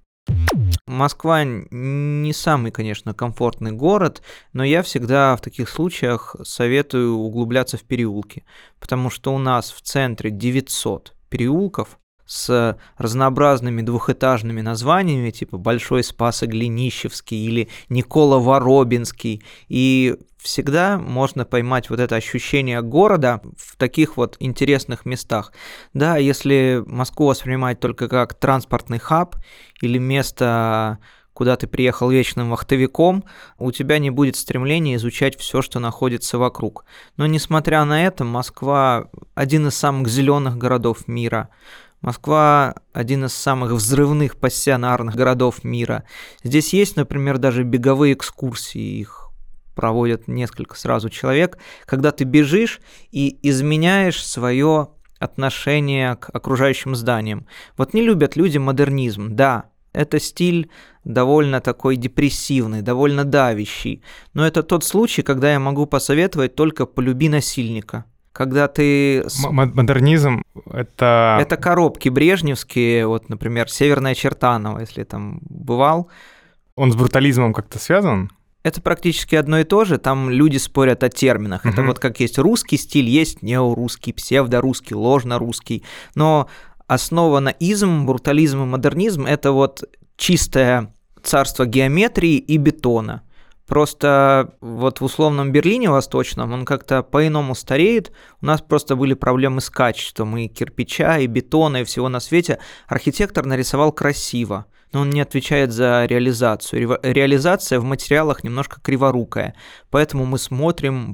Москва не самый, конечно, комфортный город, но я всегда в таких случаях советую углубляться в переулки, потому что у нас в центре 900 переулков с разнообразными двухэтажными названиями, типа Большой Спасо-Глинищевский или Никола-Воробинский, и всегда можно поймать вот это ощущение города в таких вот интересных местах. Да, если Москву воспринимать только как транспортный хаб или место, куда ты приехал вечным вахтовиком, у тебя не будет стремления изучать все, что находится вокруг. Но несмотря на это, Москва один из самых зеленых городов мира. Москва – один из самых взрывных пассионарных городов мира. Здесь есть, например, даже беговые экскурсии, их проводят несколько сразу человек, когда ты бежишь и изменяешь свое отношение к окружающим зданиям. Вот не любят люди модернизм, да, это стиль довольно такой депрессивный, довольно давящий, но это тот случай, когда я могу посоветовать только «полюби насильника». Когда ты... Модернизм — это... Это коробки брежневские, вот, например, Северная Чертанова, если там бывал. Он с брутализмом как-то связан? Это практически одно и то же, там люди спорят о терминах. Это вот как есть русский стиль, есть неорусский, псевдорусский, ложнорусский. Но основа на изм, брутализм и модернизм — это вот чистое царство геометрии и бетона. Просто вот в условном Берлине восточном он как-то по-иному стареет. У нас просто были проблемы с качеством и кирпича, и бетона, и всего на свете. Архитектор нарисовал красиво. но он не отвечает за реализацию. Реализация в материалах немножко криворукая, поэтому мы смотрим,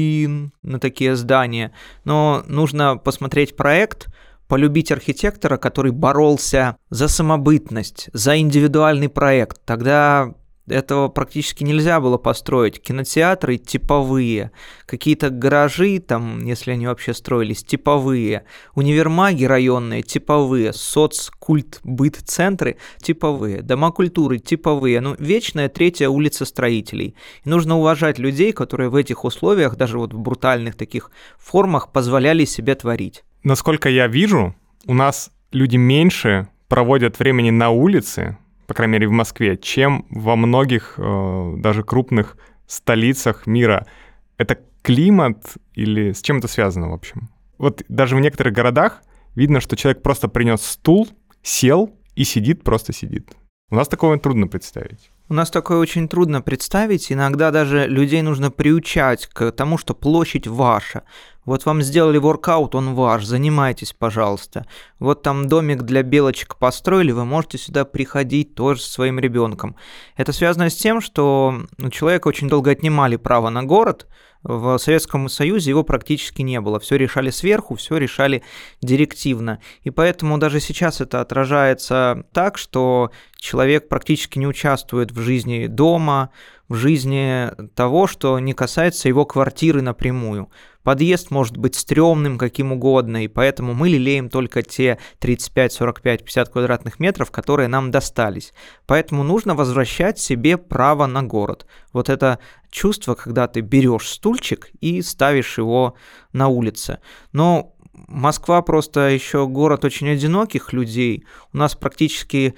на такие здания, но нужно посмотреть проект, полюбить архитектора, который боролся за самобытность, за индивидуальный проект. Тогда этого практически нельзя было построить. Кинотеатры типовые, какие-то гаражи, там, если они вообще строились, типовые, универмаги районные типовые, соцкульт-быт-центры типовые, дома культуры типовые, вечная третья улица строителей. И нужно уважать людей, которые в этих условиях, даже вот в брутальных таких формах, позволяли себе творить. Насколько я вижу, у нас люди меньше проводят времени на улице, по крайней мере в Москве, чем во многих даже крупных столицах мира. Это климат или с чем это связано, в общем? Вот даже в некоторых городах видно, что человек просто принес стул, сел и просто сидит. У нас такого трудно представить. У нас такое очень трудно представить. Иногда даже людей нужно приучать к тому, что площадь ваша. Вот вам сделали воркаут, он ваш, занимайтесь, пожалуйста. Вот там домик для белочек построили, вы можете сюда приходить тоже со своим ребенком. Это связано с тем, что у человека очень долго отнимали право на город. В Советском Союзе его практически не было. Все решали сверху, все решали директивно. И поэтому даже сейчас это отражается так, что человек практически не участвует в жизни дома, в жизни того, что не касается его квартиры напрямую. Подъезд может быть стрёмным, каким угодно, и поэтому мы лелеем только те 35, 45, 50 квадратных метров, которые нам достались. Поэтому нужно возвращать себе право на город. Вот это чувство, когда ты берешь стульчик и ставишь его на улице. Но Москва просто еще город очень одиноких людей. У нас практически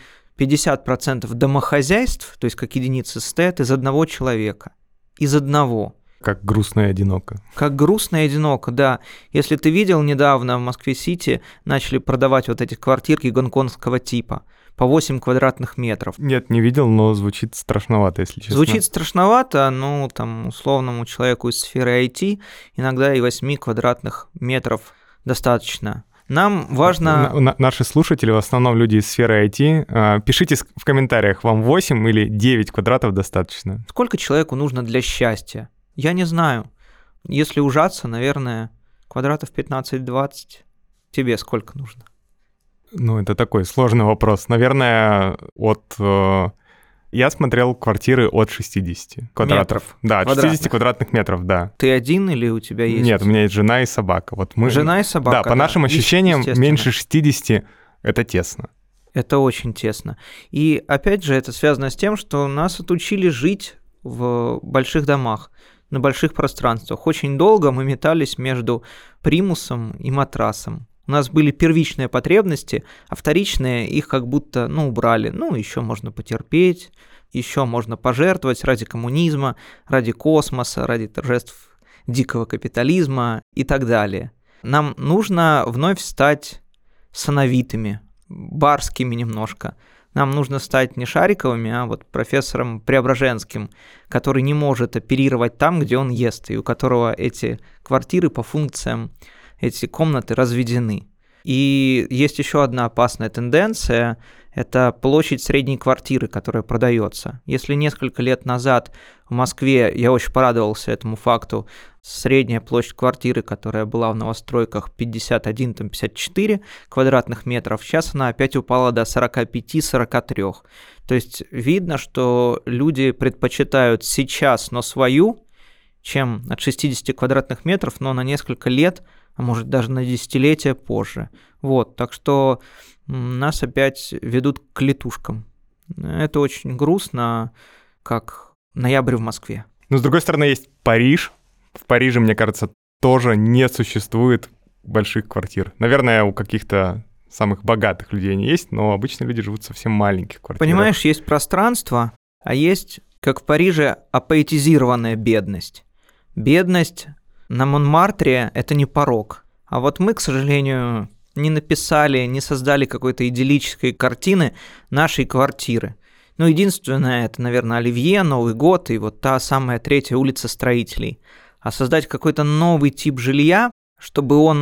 50% домохозяйств, то есть как единицы, состоят из одного человека. Из одного. Как грустно и одиноко. Как грустно и одиноко, да. Если ты видел, недавно в Москве-Сити начали продавать вот эти квартирки гонконгского типа по 8 квадратных метров. Нет, не видел, но звучит страшновато, если честно. Звучит страшновато, но там условному человеку из сферы IT иногда и 8 квадратных метров достаточно. Нам важно... Наши слушатели, в основном люди из сферы IT, пишите в комментариях, вам 8 или 9 квадратов достаточно. Сколько человеку нужно для счастья? Я не знаю. Если ужаться, наверное, квадратов 15-20. Тебе сколько нужно? Это такой сложный вопрос. Наверное, я смотрел квартиры от 60 квадратов. Метров. Да, от 60 квадратных метров, да. Ты один или у тебя есть? Нет, у меня есть жена и собака. Жена и собака, да. По нашим ощущениям, меньше 60 — это тесно. Это очень тесно. И опять же, это связано с тем, что нас отучили жить в больших домах, на больших пространствах. Очень долго мы метались между примусом и матрасом. У нас были первичные потребности, а вторичные их как будто, убрали. Еще можно потерпеть, еще можно пожертвовать ради коммунизма, ради космоса, ради торжеств дикого капитализма и так далее. Нам нужно вновь стать сановитыми, барскими немножко. Нам нужно стать не Шариковыми, а вот профессором Преображенским, который не может оперировать там, где он ест, и у которого эти квартиры по функциям, эти комнаты разведены. И есть еще одна опасная тенденция – это площадь средней квартиры, которая продается. Если несколько лет назад в Москве, я очень порадовался этому факту, средняя площадь квартиры, которая была в новостройках 51-54 квадратных метров, сейчас она опять упала до 45-43. То есть видно, что люди предпочитают сейчас, но свою, чем от 60 квадратных метров, но на несколько лет, а может даже на десятилетия позже. Так что нас опять ведут к летушкам. Это очень грустно, как ноябрь в Москве. Но с другой стороны, есть Париж. В Париже, мне кажется, тоже не существует больших квартир. Наверное, у каких-то самых богатых людей они есть, но обычно люди живут в совсем маленьких квартирах. Понимаешь, есть пространство, а есть, как в Париже, апоэтизированная бедность. Бедность на Монмартре – это не порок. А вот мы, к сожалению, не написали, не создали какой-то идиллической картины нашей квартиры. Единственное, это, наверное, Оливье, Новый год и вот та самая третья улица строителей. А создать какой-то новый тип жилья, чтобы он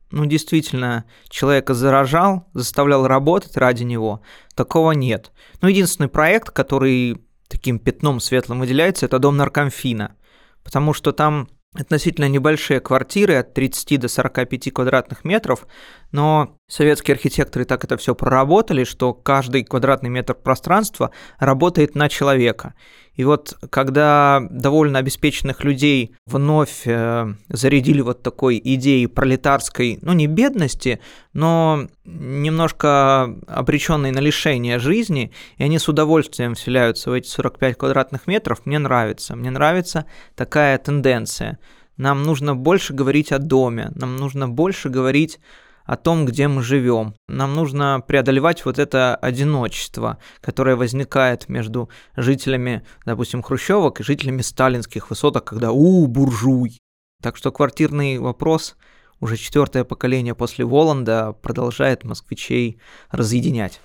действительно человека заражал, заставлял работать ради него, такого нет. Единственный проект, который таким пятном светлым выделяется, это дом наркомфина, потому что там относительно небольшие квартиры от 30 до 45 квадратных метров, но советские архитекторы так это все проработали, что каждый квадратный метр пространства работает на человека. И вот когда довольно обеспеченных людей вновь зарядили вот такой идеей пролетарской, не бедности, но немножко обреченной на лишение жизни, и они с удовольствием вселяются в эти 45 квадратных метров, мне нравится. Мне нравится такая тенденция. Нам нужно больше говорить о доме, нам нужно больше говорить о том, где мы живем. Нам нужно преодолевать вот это одиночество, которое возникает между жителями, допустим, хрущевок и жителями сталинских высоток, когда буржуй. Так что квартирный вопрос уже 4-е поколение после Воланда продолжает москвичей разъединять.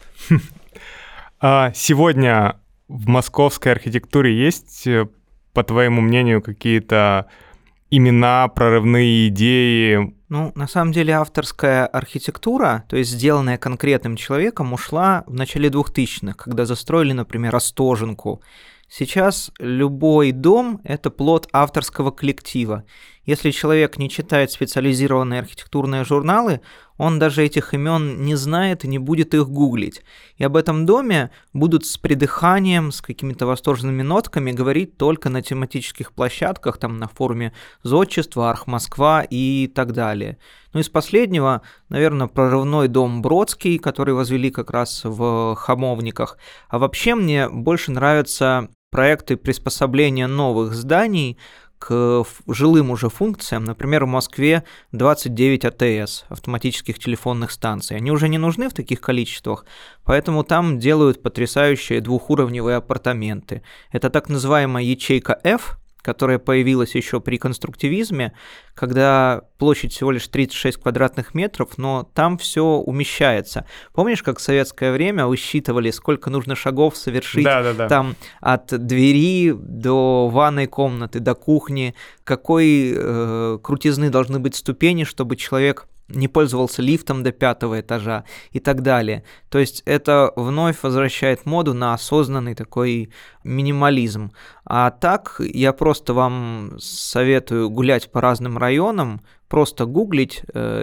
Сегодня в московской архитектуре есть, по твоему мнению, какие-то имена, прорывные идеи? На самом деле авторская архитектура, то есть сделанная конкретным человеком, ушла в начале 2000-х, когда застроили, например, Остоженку. Сейчас любой дом – это плод авторского коллектива. Если человек не читает специализированные архитектурные журналы, он даже этих имен не знает и не будет их гуглить. И об этом доме будут с придыханием, с какими-то восторженными нотками говорить только на тематических площадках, там на форуме Зодчества, Архмосква и так далее. Из последнего, наверное, прорывной дом Бродский, который возвели как раз в Хамовниках. А вообще мне больше нравятся проекты приспособления новых зданий к жилым уже функциям. Например, в Москве 29 АТС, автоматических телефонных станций. Они уже не нужны в таких количествах, поэтому там делают потрясающие двухуровневые апартаменты. Это так называемая ячейка F, которая появилась еще при конструктивизме, когда площадь всего лишь 36 квадратных метров, но там все умещается. Помнишь, как в советское время высчитывали, сколько нужно шагов совершить там от двери до ванной комнаты, до кухни, какой крутизны должны быть ступени, чтобы человек не пользовался лифтом до 5-го этажа и так далее. То есть это вновь возвращает моду на осознанный такой минимализм. А так я просто вам советую гулять по разным районам, просто гуглить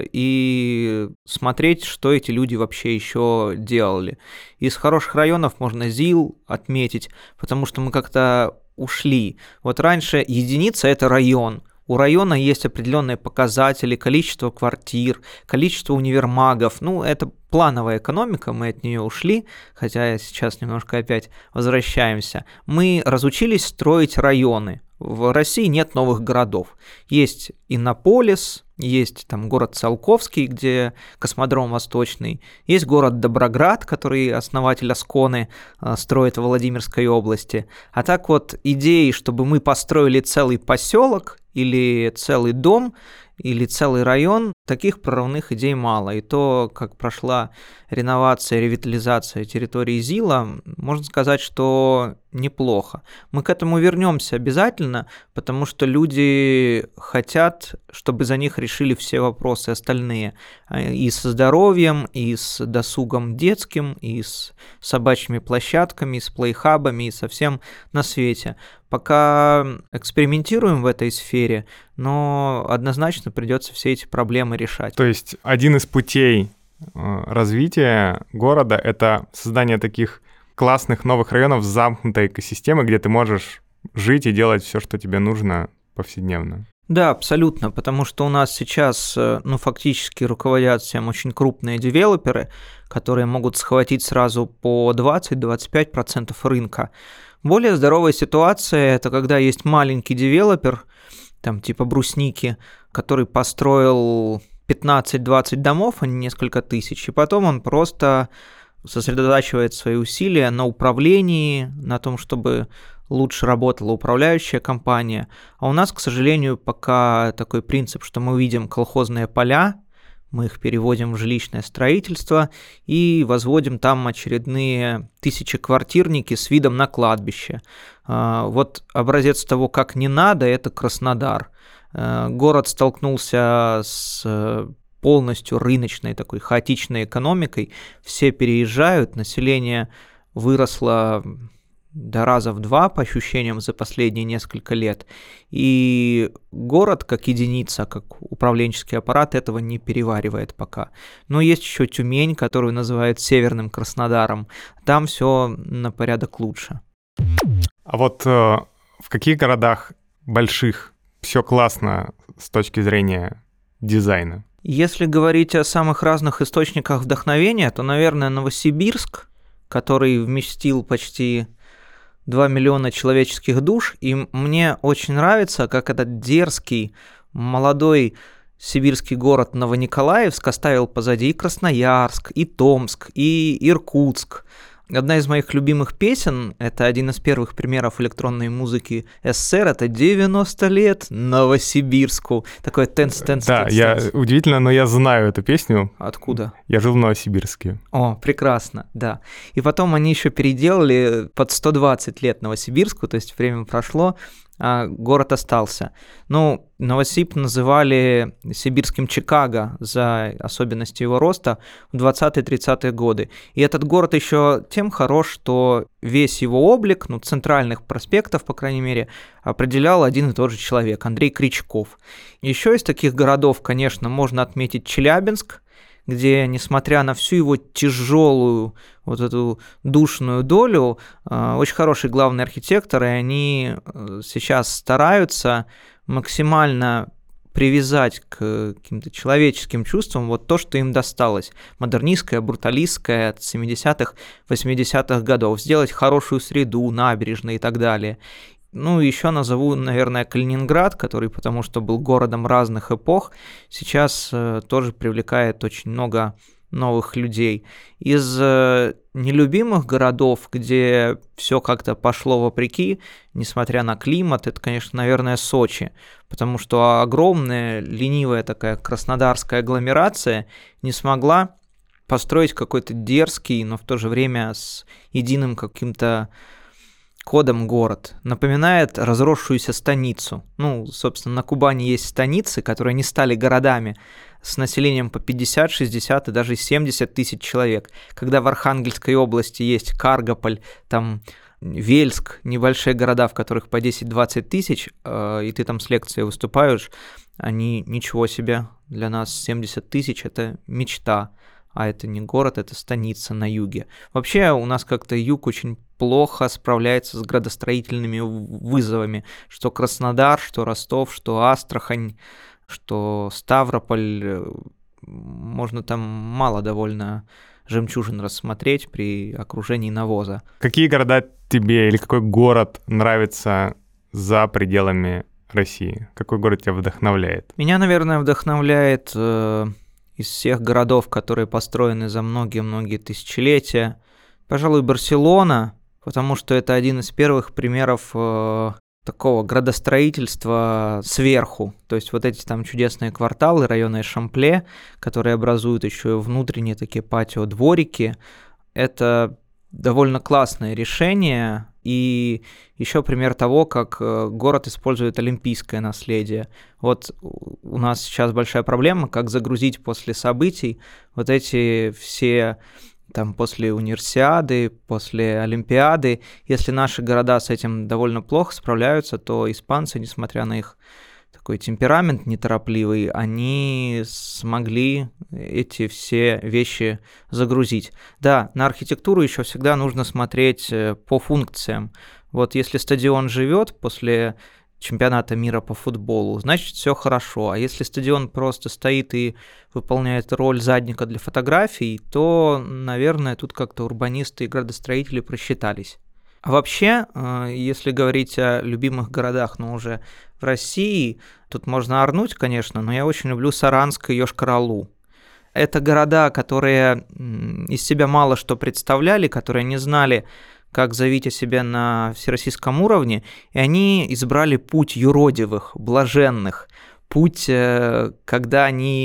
и смотреть, что эти люди вообще еще делали. Из хороших районов можно ЗИЛ отметить, потому что мы как-то ушли. Вот раньше единица – это район. У района есть определенные показатели, количество квартир, количество универмагов. Это плановая экономика, мы от нее ушли, хотя сейчас немножко опять возвращаемся. Мы разучились строить районы. В России нет новых городов. Есть Иннополис, есть там город Циолковский, где космодром Восточный, есть город Доброград, который основатель Асконы строит в Владимирской области. А так вот идеи, чтобы мы построили целый поселок или целый дом, или целый район, таких прорывных идей мало. И то, как прошла реновация, ревитализация территории ЗИЛа, можно сказать, что неплохо. Мы к этому вернемся обязательно, потому что люди хотят, чтобы за них решили все вопросы остальные. И со здоровьем, и с досугом детским, и с собачьими площадками, и с плейхабами, и со всем на свете. Пока экспериментируем в этой сфере, но однозначно придется все эти проблемы решать. То есть один из путей развития города — это создание таких классных новых районов с замкнутой экосистемой, где ты можешь жить и делать все, что тебе нужно повседневно. Да, абсолютно, потому что у нас сейчас, фактически руководят всем очень крупные девелоперы, которые могут схватить сразу по 20-25% рынка. Более здоровая ситуация – это когда есть маленький девелопер, там типа Брусники, который построил 15-20 домов, а не несколько тысяч, и потом он просто сосредотачивает свои усилия на управлении, на том, чтобы лучше работала управляющая компания. А у нас, к сожалению, пока такой принцип, что мы видим колхозные поля, мы их переводим в жилищное строительство и возводим там очередные тысячеквартирники с видом на кладбище. Вот образец того, как не надо, это Краснодар. Город столкнулся с полностью рыночной такой хаотичной экономикой, все переезжают, население выросло до раза в 2, по ощущениям, за последние несколько лет. И город, как единица, как управленческий аппарат, этого не переваривает пока. Но есть еще Тюмень, которую называют Северным Краснодаром. Там все на порядок лучше. А вот в каких городах больших все классно с точки зрения дизайна? Если говорить о самых разных источниках вдохновения, то, наверное, Новосибирск, который вместил почти 2 миллиона человеческих душ, и мне очень нравится, как этот дерзкий, молодой сибирский город Новониколаевск оставил позади и Красноярск, и Томск, и Иркутск. Одна из моих любимых песен, это один из первых примеров электронной музыки СССР, это «90 лет Новосибирску». Такое тенс-тенс. Да, удивительно, но я знаю эту песню. Откуда? Я жил в Новосибирске. О, прекрасно, да. И потом они еще переделали под 120 лет Новосибирску, то есть время прошло, а город остался. Ну, Новосиб называли сибирским Чикаго за особенности его роста в 20-30-е годы. И этот город еще тем хорош, что весь его облик, центральных проспектов, по крайней мере, определял один и тот же человек, Андрей Кричков. Еще из таких городов, конечно, можно отметить Челябинск, где, несмотря на всю его тяжелую вот эту душную долю, очень хорошие главные архитекторы, они сейчас стараются максимально привязать к каким-то человеческим чувствам вот то, что им досталось. Модернистское, бруталистское от 70-х, 80-х годов. Сделать хорошую среду, набережные и так далее. Ну, еще назову, наверное, Калининград, который, потому что был городом разных эпох, сейчас тоже привлекает очень много новых людей. Из нелюбимых городов, где все как-то пошло вопреки, несмотря на климат, это, конечно, наверное, Сочи, потому что огромная, ленивая такая краснодарская агломерация не смогла построить какой-то дерзкий, но в то же время с единым каким-то кодом город. Напоминает разросшуюся станицу. Ну, собственно, на Кубани есть станицы, которые не стали городами, с населением по 50, 60 и даже 70 тысяч человек. Когда в Архангельской области есть Каргополь, там Вельск, небольшие города, в которых по 10-20 тысяч, и ты там с лекцией выступаешь, они ничего себе. Для нас 70 тысяч – это мечта. А это не город, это станица на юге. Вообще у нас как-то юг очень плохо справляется с градостроительными вызовами. Что Краснодар, что Ростов, что Астрахань, что Ставрополь. Можно там мало довольно жемчужин рассмотреть при окружении навоза. Какие города тебе или какой город нравится за пределами России? Какой город тебя вдохновляет? Меня, наверное, вдохновляет из всех городов, которые построены за многие-многие тысячелетия, пожалуй, Барселона, потому что это один из первых примеров такого градостроительства сверху. То есть вот эти там чудесные кварталы, районы Шампле, которые образуют еще внутренние такие патио-дворики, это довольно классное решение. И еще пример того, как город использует олимпийское наследие. Вот у нас сейчас большая проблема, как загрузить после событий вот эти все, там, после универсиады, после олимпиады. Если наши города с этим довольно плохо справляются, то испанцы, несмотря на их такой темперамент неторопливый, они смогли эти все вещи загрузить. Да, на архитектуру еще всегда нужно смотреть по функциям. Вот если стадион живет после чемпионата мира по футболу, значит все хорошо. А если стадион просто стоит и выполняет роль задника для фотографий, то, наверное, тут как-то урбанисты и градостроители просчитались. А вообще, если говорить о любимых городах, но уже в России, тут можно орнуть, конечно, но я очень люблю Саранск и Йошкар-Олу. Это города, которые из себя мало что представляли, которые не знали, как заявить о себе на всероссийском уровне, и они избрали путь юродивых, блаженных, путь, когда они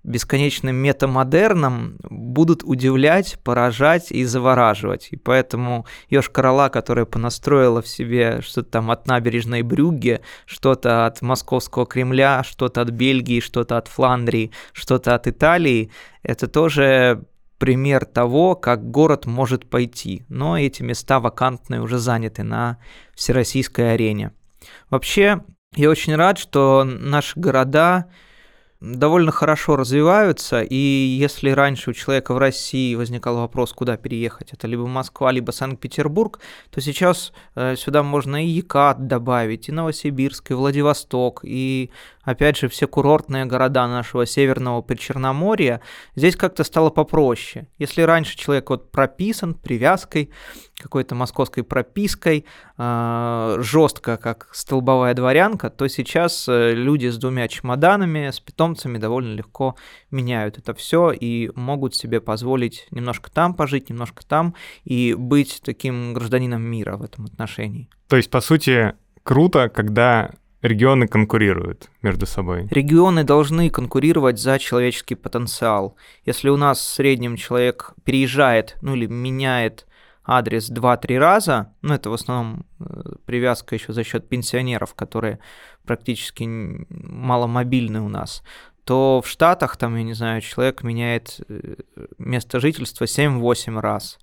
бесконечным метамодерном будут удивлять, поражать и завораживать. И поэтому Йошкар-Ола, которая понастроила в себе что-то там от набережной Брюгге, что-то от московского Кремля, что-то от Бельгии, что-то от Фландрии, что-то от Италии, это тоже пример того, как город может пойти. Но эти места вакантные уже заняты на всероссийской арене. Вообще, я очень рад, что наши города довольно хорошо развиваются, и если раньше у человека в России возникал вопрос, куда переехать, это либо Москва, либо Санкт-Петербург, то сейчас сюда можно и Екат добавить, и Новосибирск, и Владивосток, и, опять же, все курортные города нашего северного Причерноморья. Здесь как-то стало попроще. Если раньше человек вот прописан привязкой, какой-то московской пропиской, жестко, как столбовая дворянка, то сейчас люди с 2 чемоданами, с питомцами довольно легко меняют это все и могут себе позволить немножко там пожить, немножко там и быть таким гражданином мира в этом отношении. То есть, по сути, круто, когда регионы конкурируют между собой. Регионы должны конкурировать за человеческий потенциал. Если у нас в среднем человек переезжает, или меняет адрес 2-3 раза, это в основном привязка еще за счет пенсионеров, которые практически маломобильны у нас, то в Штатах, человек меняет место жительства 7-8 раз.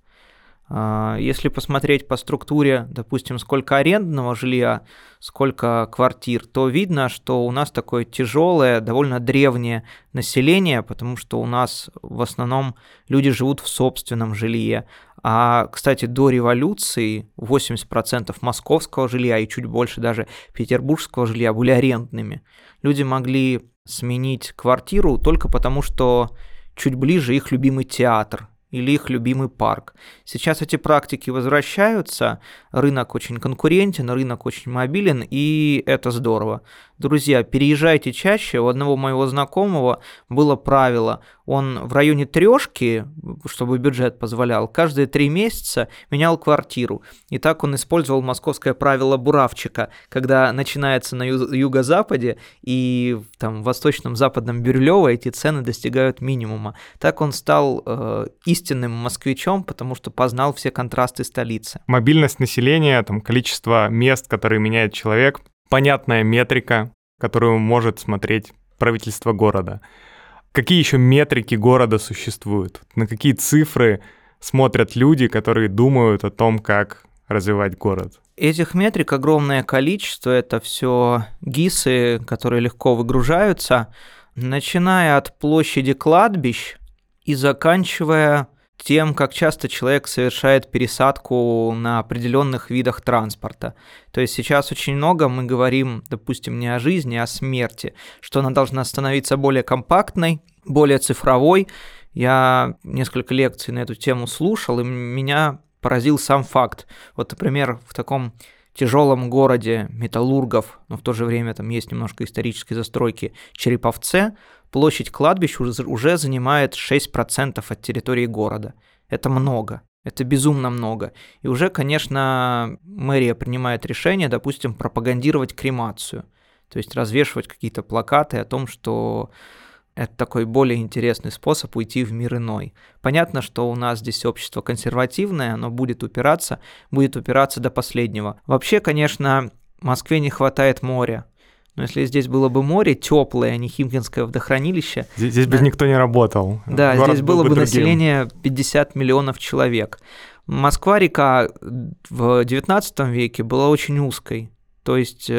Если посмотреть по структуре, допустим, сколько арендного жилья, сколько квартир, то видно, что у нас такое тяжелое, довольно древнее население, потому что у нас в основном люди живут в собственном жилье. А, кстати, до революции 80% московского жилья и чуть больше даже петербургского жилья были арендными. Люди могли сменить квартиру только потому, что чуть ближе их любимый театр или их любимый парк. Сейчас эти практики возвращаются, рынок очень конкурентен, рынок очень мобилен, и это здорово. Друзья, переезжайте чаще. У одного моего знакомого было правило, он в районе 3, чтобы бюджет позволял, каждые 3 месяца менял квартиру. И так он использовал московское правило буравчика, когда начинается на юго-западе и в восточном западном Бирюлёво эти цены достигают минимума. Так он стал истинным москвичом, потому что познал все контрасты столицы. Мобильность населения, количество мест, которые меняет человек, понятная метрика, которую может смотреть правительство города. Какие еще метрики города существуют? На какие цифры смотрят люди, которые думают о том, как развивать город? Этих метрик огромное количество. Это все ГИСы, которые легко выгружаются, начиная от площади кладбищ и заканчивая тем, как часто человек совершает пересадку на определенных видах транспорта. То есть сейчас очень много мы говорим, допустим, не о жизни, а о смерти, что она должна становиться более компактной, более цифровой. Я несколько лекций на эту тему слушал, и меня поразил сам факт. Вот, например, в таком тяжелом городе металлургов, но в то же время там есть немножко исторической застройки, Череповце, площадь кладбищ уже занимает 6% от территории города. Это много, это безумно много. И уже, конечно, мэрия принимает решение, допустим, пропагандировать кремацию, то есть развешивать какие-то плакаты о том, что это такой более интересный способ уйти в мир иной. Понятно, что у нас здесь общество консервативное, оно будет упираться до последнего. Вообще, конечно, Москве не хватает моря. Но если здесь было бы море теплое, а не Химкинское водохранилище... Здесь бы никто не работал. Да, город здесь было бы другим. население 50 миллионов человек. Москва-река в XIX веке была очень узкой. То есть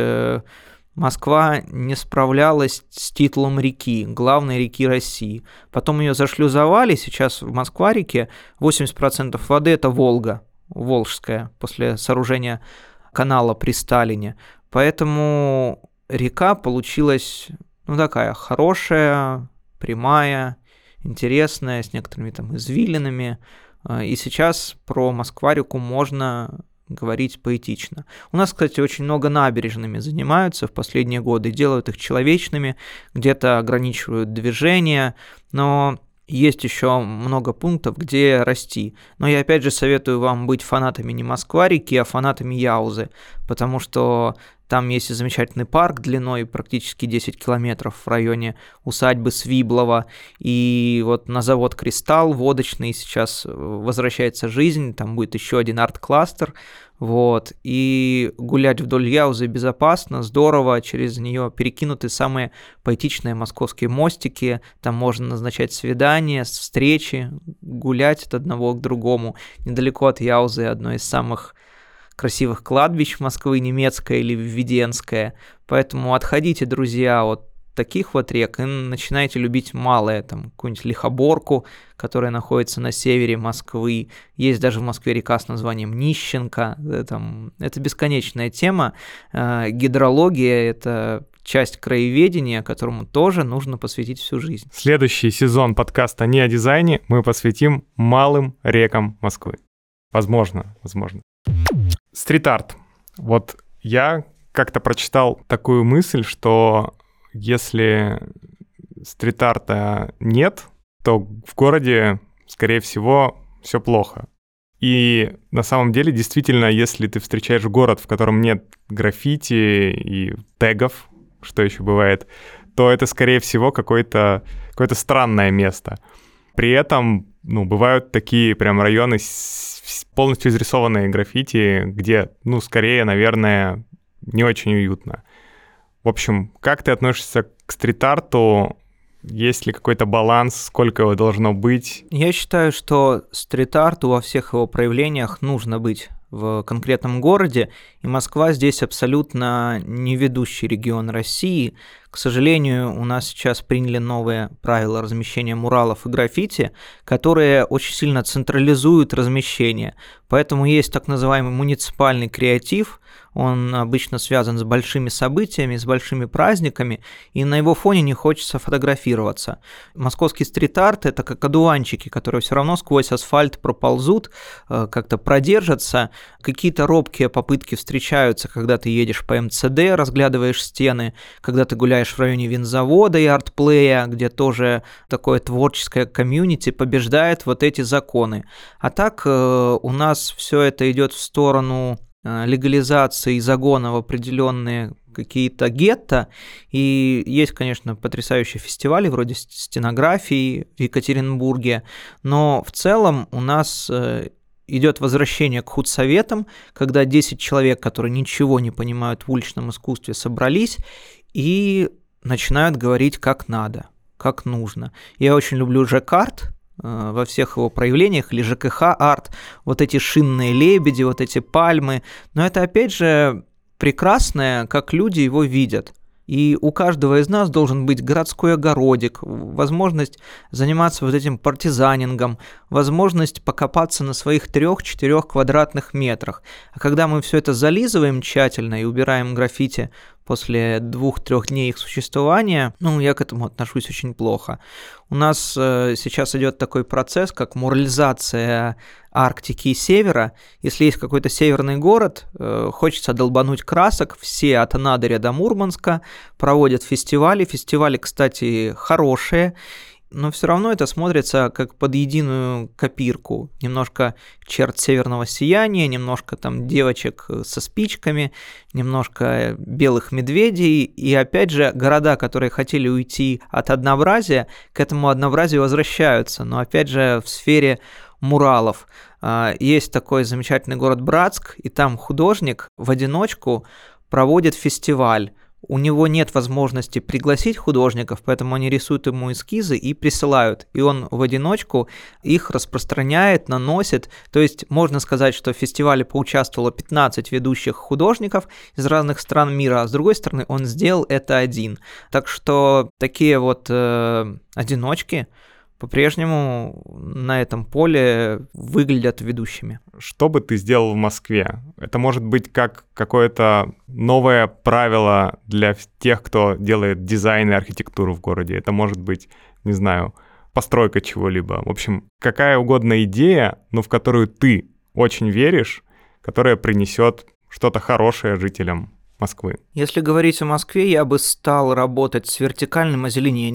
Москва не справлялась с титулом реки, главной реки России. Потом ее зашлюзовали, сейчас в Москва-реке 80% воды – это Волга, Волжская, после сооружения канала при Сталине. Поэтому река получилась, такая хорошая, прямая, интересная, с некоторыми извилинами. И сейчас про Москва-реку можно говорить поэтично. У нас, кстати, очень много набережными занимаются в последние годы, делают их человечными, где-то ограничивают движение, но есть еще много пунктов, где расти. Но я опять же советую вам быть фанатами не Москва-реки, а фанатами Яузы, потому что Там есть и замечательный парк длиной практически 10 километров в районе усадьбы Свиблова. И вот на завод «Кристалл» водочный сейчас возвращается жизнь, там будет еще один арт-кластер. Вот. И гулять вдоль Яузы безопасно, здорово, через нее перекинуты самые поэтичные московские мостики, там можно назначать свидания, встречи, гулять от одного к другому. Недалеко от Яузы одно из самых красивых кладбищ Москвы, Немецкое или Введенское. Поэтому отходите, друзья, от таких вот рек и начинайте любить малое, там какую-нибудь Лихоборку, которая находится на севере Москвы. Есть даже в Москве река с названием Нищенка. Это бесконечная тема. Гидрология — это часть краеведения, которому тоже нужно посвятить всю жизнь. Следующий сезон подкаста «Не о дизайне» мы посвятим малым рекам Москвы. Возможно. Стрит-арт. Вот я как-то прочитал такую мысль, что если стрит-арта нет, то в городе, скорее всего, все плохо. И на самом деле, действительно, если ты встречаешь город, в котором нет граффити и тегов, что еще бывает, то это, скорее всего, какое-то странное место. При этом, бывают такие прям районы полностью изрисованные граффити, где, скорее, наверное, не очень уютно. В общем, как ты относишься к стрит-арту? Есть ли какой-то баланс, сколько его должно быть? Я считаю, что стрит-арту во всех его проявлениях нужно быть в конкретном городе, и Москва здесь абсолютно не ведущий регион России. К сожалению, у нас сейчас приняли новые правила размещения муралов и граффити, которые очень сильно централизуют размещение. Поэтому есть так называемый муниципальный креатив, он обычно связан с большими событиями, с большими праздниками, и на его фоне не хочется фотографироваться. Московский стрит-арт — это как одуванчики, которые все равно сквозь асфальт проползут, как-то продержатся. Какие-то робкие попытки встречаются, когда ты едешь по МЦД, разглядываешь стены, когда ты гуляешь в районе винзавода и артплея, где тоже такое творческое комьюнити побеждает вот эти законы. А так у нас все это идет в сторону легализации загона в определенные какие-то гетто, и есть, конечно, потрясающие фестивали вроде стенографии в Екатеринбурге, но в целом у нас идет возвращение к худсоветам, когда 10 человек, которые ничего не понимают в уличном искусстве, собрались и начинают говорить как надо, как нужно. Я очень люблю ЖК-арт во всех его проявлениях, или ЖКХ-арт, вот эти шинные лебеди, вот эти пальмы, но это опять же прекрасное, как люди его видят. И у каждого из нас должен быть городской огородик, возможность заниматься вот этим партизанингом, возможность покопаться на своих 3-4 квадратных метрах. А когда мы все это зализываем тщательно и убираем граффити после 2-3 дней их существования, я к этому отношусь очень плохо. У нас сейчас идет такой процесс, как мурализация Арктики и Севера. Если есть какой-то северный город, хочется долбануть красок, все от Анадыря до Мурманска проводят фестивали. Фестивали, кстати, хорошие, но все равно это смотрится как под единую копирку. Немножко черт северного сияния, немножко там девочек со спичками, немножко белых медведей. И опять же, города, которые хотели уйти от однообразия, к этому однообразию возвращаются. Но опять же, в сфере муралов. Есть такой замечательный город Братск, и там художник в одиночку проводит фестиваль. У него нет возможности пригласить художников, поэтому они рисуют ему эскизы и присылают. И он в одиночку их распространяет, наносит. То есть можно сказать, что в фестивале поучаствовало 15 ведущих художников из разных стран мира, а с другой стороны он сделал это один. Так что такие вот одиночки по-прежнему на этом поле выглядят ведущими. Что бы ты сделал в Москве? Это может быть как какое-то новое правило для тех, кто делает дизайн и архитектуру в городе. Это может быть, не знаю, постройка чего-либо. В общем, какая угодно идея, но в которую ты очень веришь, которая принесет что-то хорошее жителям Москвы. Если говорить о Москве, я бы стал работать с вертикальным озеленением.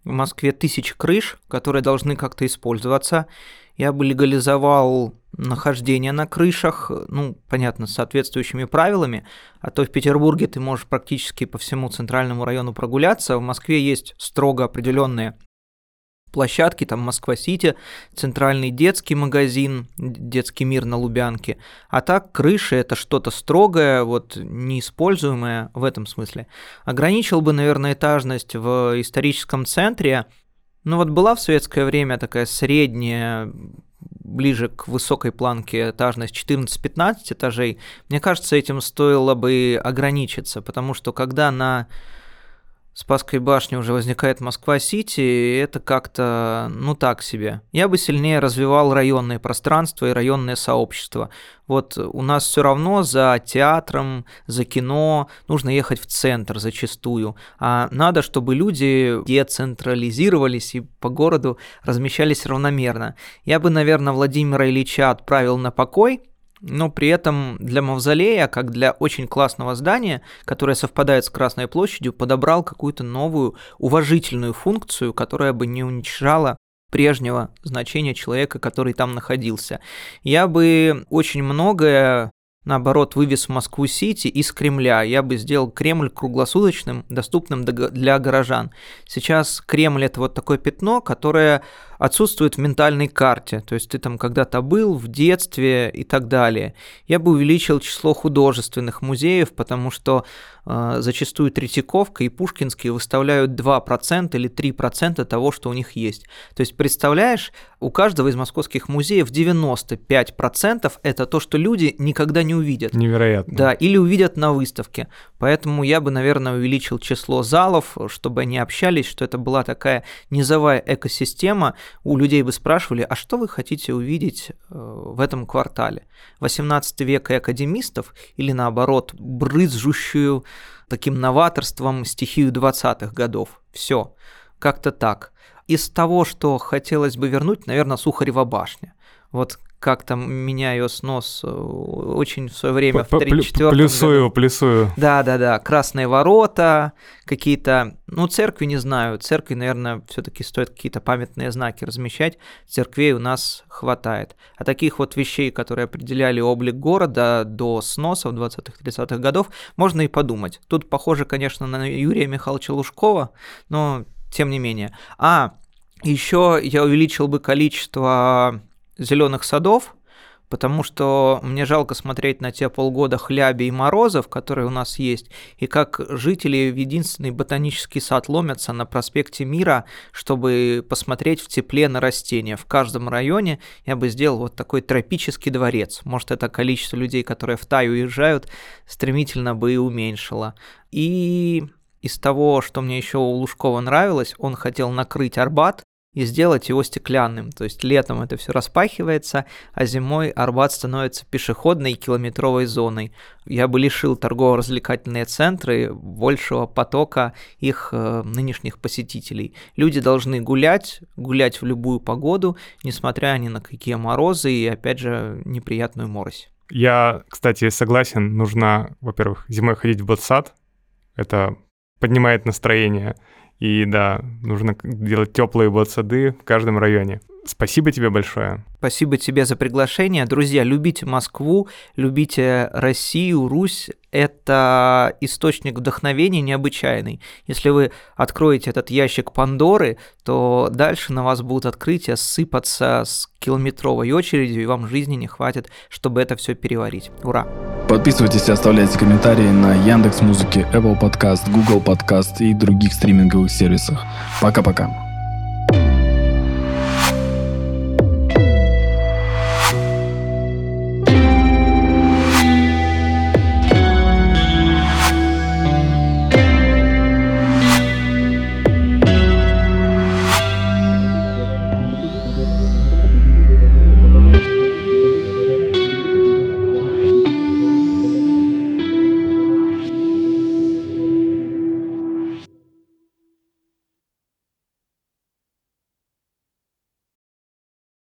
в Москве 1000 крыш, которые должны как-то использоваться. Я бы легализовал нахождение на крышах, понятно, с соответствующими правилами, а то в Петербурге ты можешь практически по всему центральному району прогуляться. В Москве есть строго определенные площадки, там Москва-Сити, центральный детский магазин, детский мир на Лубянке. А так крыши — это что-то строгое, неиспользуемое в этом смысле. Ограничил бы, наверное, этажность в историческом центре. Была в советское время такая средняя, ближе к высокой планке этажность 14-15 этажей. Мне кажется, этим стоило бы ограничиться, потому что когда на Спасской башне уже возникает Москва-Сити, это как-то, так себе. Я бы сильнее развивал районные пространства и районное сообщество. У нас все равно за театром, за кино нужно ехать в центр зачастую. А надо, чтобы люди децентрализировались и по городу размещались равномерно. Я бы, наверное, Владимира Ильича отправил на покой, но при этом для мавзолея, как для очень классного здания, которое совпадает с Красной площадью, подобрал какую-то новую уважительную функцию, которая бы не уничтожала прежнего значения человека, который там находился. Я бы очень многое, наоборот, вывез в Москву-Сити из Кремля. Я бы сделал Кремль круглосуточным, доступным для горожан. Сейчас Кремль — это такое пятно, которое отсутствует в ментальной карте. То есть ты там когда-то был в детстве и так далее. Я бы увеличил число художественных музеев, потому что зачастую Третьяковка и Пушкинский выставляют 2% или 3% того, что у них есть. То есть, представляешь, у каждого из московских музеев 95% это то, что люди никогда не увидят. Невероятно. Да, или увидят на выставке. Поэтому я бы, наверное, увеличил число залов, чтобы они общались, что это была такая низовая экосистема. У людей бы спрашивали, а что вы хотите увидеть в этом квартале? 18 век и академистов или, наоборот, брызжущую таким новаторством стихию 20-х годов? Все, как-то так. Из того, что хотелось бы вернуть, наверное, Сухарева башня. Как-то меня ее снос очень в свое время в 1934 году. Плюсую. Да. Красные ворота, какие-то, церкви не знаю. Церкви, наверное, все-таки стоит какие-то памятные знаки размещать. Церквей у нас хватает. А таких вещей, которые определяли облик города до сносов 20-30-х годов, можно и подумать. Тут похоже, конечно, на Юрия Михайловича Лужкова, но тем не менее. Еще я увеличил бы количество зеленых садов, потому что мне жалко смотреть на те полгода хляби и морозов, которые у нас есть, и как жители в единственный ботанический сад ломятся на проспекте Мира, чтобы посмотреть в тепле на растения. В каждом районе я бы сделал такой тропический дворец. Может, это количество людей, которые в Тай уезжают, стремительно бы и уменьшило. И из того, что мне еще у Лужкова нравилось, он хотел накрыть Арбат и сделать его стеклянным. То есть летом это все распахивается, а зимой Арбат становится пешеходной километровой зоной. Я бы лишил торгово-развлекательные центры большего потока их нынешних посетителей. Люди должны гулять в любую погоду, несмотря ни на какие морозы и, опять же, неприятную морось. Я, кстати, согласен, нужно, во-первых, зимой ходить в ботсад, это поднимает настроение. И да, нужно делать теплые ботсады в каждом районе. Спасибо тебе большое. Спасибо тебе за приглашение. Друзья, любите Москву, любите Россию, Русь. Это источник вдохновения необычайный. Если вы откроете этот ящик Пандоры, то дальше на вас будут открытия сыпаться с километровой очередью, и вам жизни не хватит, чтобы это все переварить. Ура! Подписывайтесь и оставляйте комментарии на Яндекс.Музыке, Apple Podcast, Google Podcast и других стриминговых сервисах. Пока-пока.